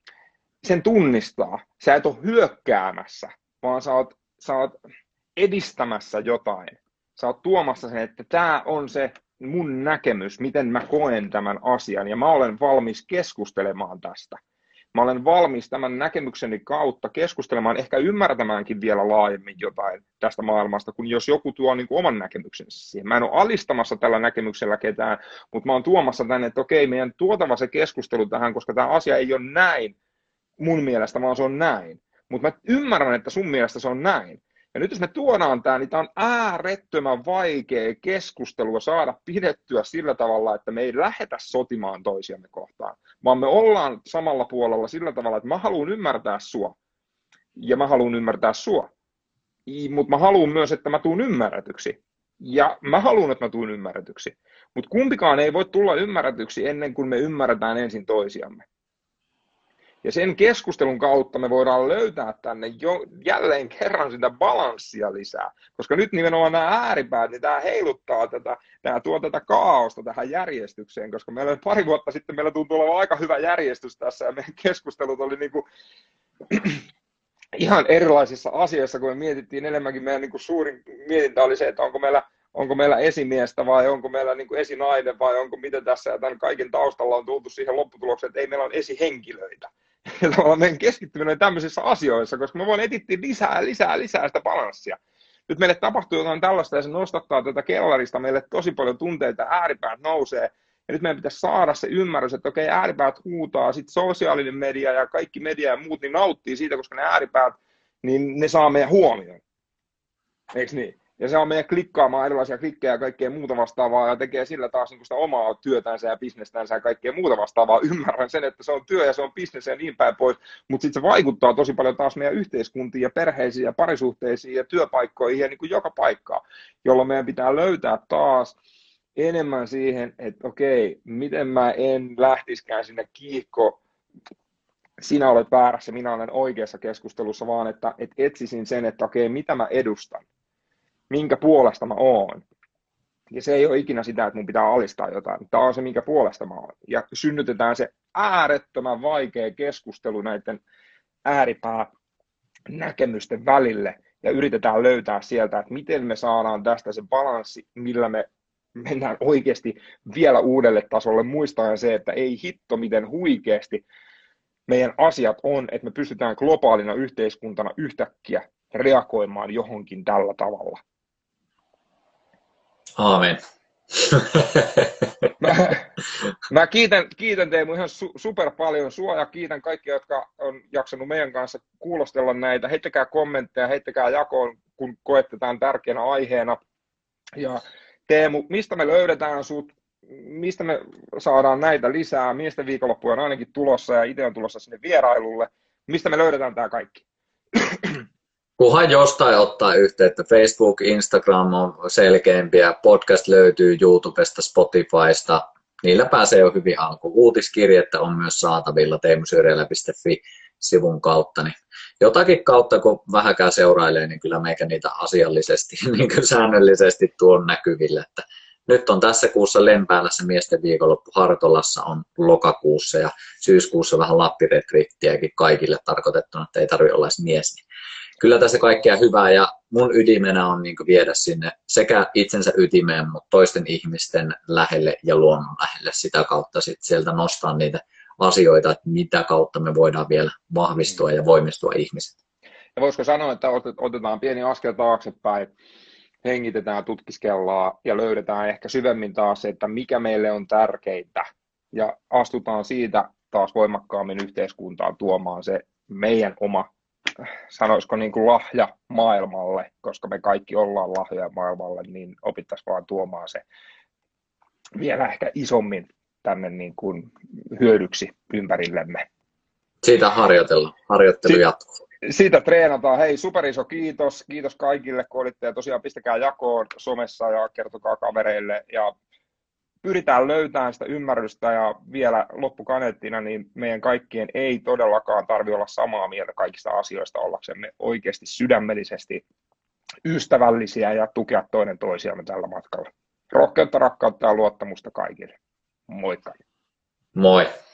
sen tunnistaa. Sä et ole hyökkäämässä, vaan sä oot, sä oot edistämässä jotain. Sä oot tuomassa sen, että tämä on se mun näkemys, miten mä koen tämän asian. Ja mä olen valmis keskustelemaan tästä. Mä olen valmis tämän näkemykseni kautta keskustelemaan, ehkä ymmärtämäänkin vielä laajemmin jotain tästä maailmasta, kun jos joku tuo niin kuin oman näkemyksensä siihen. Mä en ole alistamassa tällä näkemyksellä ketään, mutta mä oon tuomassa tänne, että okei, meidän tuotava se keskustelu tähän, koska tämä asia ei ole näin mun mielestä, vaan se on näin. Mutta mä ymmärrän, että sun mielestä se on näin. Ja nyt jos me tuodaan tämä, niin tämä on äärettömän vaikea keskustelua saada pidettyä sillä tavalla, että me ei lähdetä sotimaan toisiamme kohtaan, vaan me ollaan samalla puolella sillä tavalla, että mä haluan ymmärtää sua ja mä haluan ymmärtää sua, mutta mä haluan myös, että mä tuun ymmärretyksi ja mä haluan, että mä tuun ymmärretyksi, mutta kumpikaan ei voi tulla ymmärretyksi ennen kuin me ymmärretään ensin toisiamme. Ja sen keskustelun kautta me voidaan löytää tänne jo jälleen kerran sitä balanssia lisää. Koska nyt nimenomaan nämä ääripäät, niin tämä heiluttaa tätä, tämä tuo tätä kaaosta tähän järjestykseen. Koska meillä pari vuotta sitten meillä tuntui olevan aika hyvä järjestys tässä ja meidän keskustelut oli niin kuin ihan erilaisissa asioissa, kun me mietittiin enemmänkin. Meidän niin kuin suurin mietintä oli se, että onko meillä onko meillä esimiestä vai onko meillä niin kuin esinainen vai onko miten tässä, ja tämän kaiken taustalla on tultu siihen lopputulokseen, että ei meillä ole esihenkilöitä. Ja tavallaan meidän keskittyminen tämmöisissä asioissa, koska me voin etsiä lisää, lisää, lisää sitä balanssia. Nyt meille tapahtuu jotain tällaista ja se nostattaa tätä kellarista, meille tosi paljon tunteita, ääripäät nousee. Ja nyt meidän pitäisi saada se ymmärrys, että okei, ääripäät huutaa, sitten sosiaalinen media ja kaikki media ja muut niin nauttii siitä, koska ne ääripäät, niin ne saa meidän huomioon. Eikö niin? Ja se on meidän klikkaamaan erilaisia klikkejä ja kaikkea muuta vastaavaa ja tekee sillä taas niin sitä omaa työtänsä ja bisnestänsä ja kaikkea muuta vastaavaa. Ymmärrän sen, että se on työ ja se on bisnes ja niin päin pois, mutta sitten se vaikuttaa tosi paljon taas meidän yhteiskuntiin ja perheisiin ja parisuhteisiin ja työpaikkoihin ja niin kuin joka paikkaan, jolloin meidän pitää löytää taas enemmän siihen, että okei, miten mä en lähtiskään sinne kiihko, sinä olet väärässä, minä olen oikeassa keskustelussa, vaan että, että etsisin sen, että okei, mitä mä edustan. Minkä puolesta mä oon. Ja se ei ole ikinä sitä, että mun pitää alistaa jotain. Tämä on se, minkä puolesta mä oon. Ja synnytetään se äärettömän vaikea keskustelu näiden ääripää-näkemysten välille. Ja yritetään löytää sieltä, että miten me saadaan tästä se balanssi, millä me mennään oikeasti vielä uudelle tasolle. Muistaen se, että ei hitto, miten huikeasti meidän asiat on, että me pystytään globaalina yhteiskuntana yhtäkkiä reagoimaan johonkin tällä tavalla. Aamen. Mä, mä kiitän, kiitän Teemu ihan su, super paljon sua ja kiitän kaikkia, jotka on jaksanut meidän kanssa kuulostella näitä. Heittäkää kommentteja, heittäkää jakoon, kun koette tämän tärkeänä aiheena. Ja Teemu, mistä me löydetään sut? Mistä me saadaan näitä lisää? Miesten viikonloppu on ainakin tulossa ja itse on tulossa sinne vierailulle. Mistä me löydetään tämä kaikki? Kunhan jostain ottaa yhteyttä. Facebook, Instagram on selkeämpiä. Podcast löytyy YouTubesta, Spotifysta. Niillä pääsee jo hyvin alkuun. Uutiskirjettä on myös saatavilla teemusyrjälä piste fi-sivun kautta. Niin jotakin kautta, kun vähäkään seurailee, niin kyllä meikä niitä asiallisesti niin kuin säännöllisesti tuon näkyville. Että nyt on tässä kuussa Lempäälässä miesten viikonloppu, Hartolassa on lokakuussa ja syyskuussa vähän Lappiretriittiäkin kaikille tarkoitettuna, että ei tarvitse olla edes mies. Kyllä tässä kaikkea hyvää ja mun ytimenä on niin kuin viedä sinne sekä itsensä ytimeen, mutta toisten ihmisten lähelle ja luonnon lähelle. Sitä kautta sit sieltä nostaa niitä asioita, että mitä kautta me voidaan vielä vahvistua ja voimistua ihmiset. Ja voisiko sanoa, että otetaan pieni askel taaksepäin, hengitetään, tutkiskellaan ja löydetään ehkä syvemmin taas se, että mikä meille on tärkeintä ja astutaan siitä taas voimakkaammin yhteiskuntaan tuomaan se meidän oma, sanoisiko niin kuin lahja maailmalle, koska me kaikki ollaan lahjoja maailmalle, niin opittaisiin vaan tuomaan se vielä ehkä isommin tänne niin kuin hyödyksi ympärillemme. Siitä harjoitellaan, harjoittelu jatkuu. Siitä treenataan. Hei, superiso kiitos. Kiitos kaikille, kun olitte. Ja tosiaan pistäkää jakoon somessa ja kertokaa kavereille. Ja pyritään löytämään sitä ymmärrystä ja vielä loppukaneettina, niin meidän kaikkien ei todellakaan tarvitse olla samaa mieltä kaikista asioista ollaksemme oikeasti sydämellisesti ystävällisiä ja tukea toinen toisiamme tällä matkalla. Rohkeutta, rakkautta ja luottamusta kaikille. Moikka. Moi.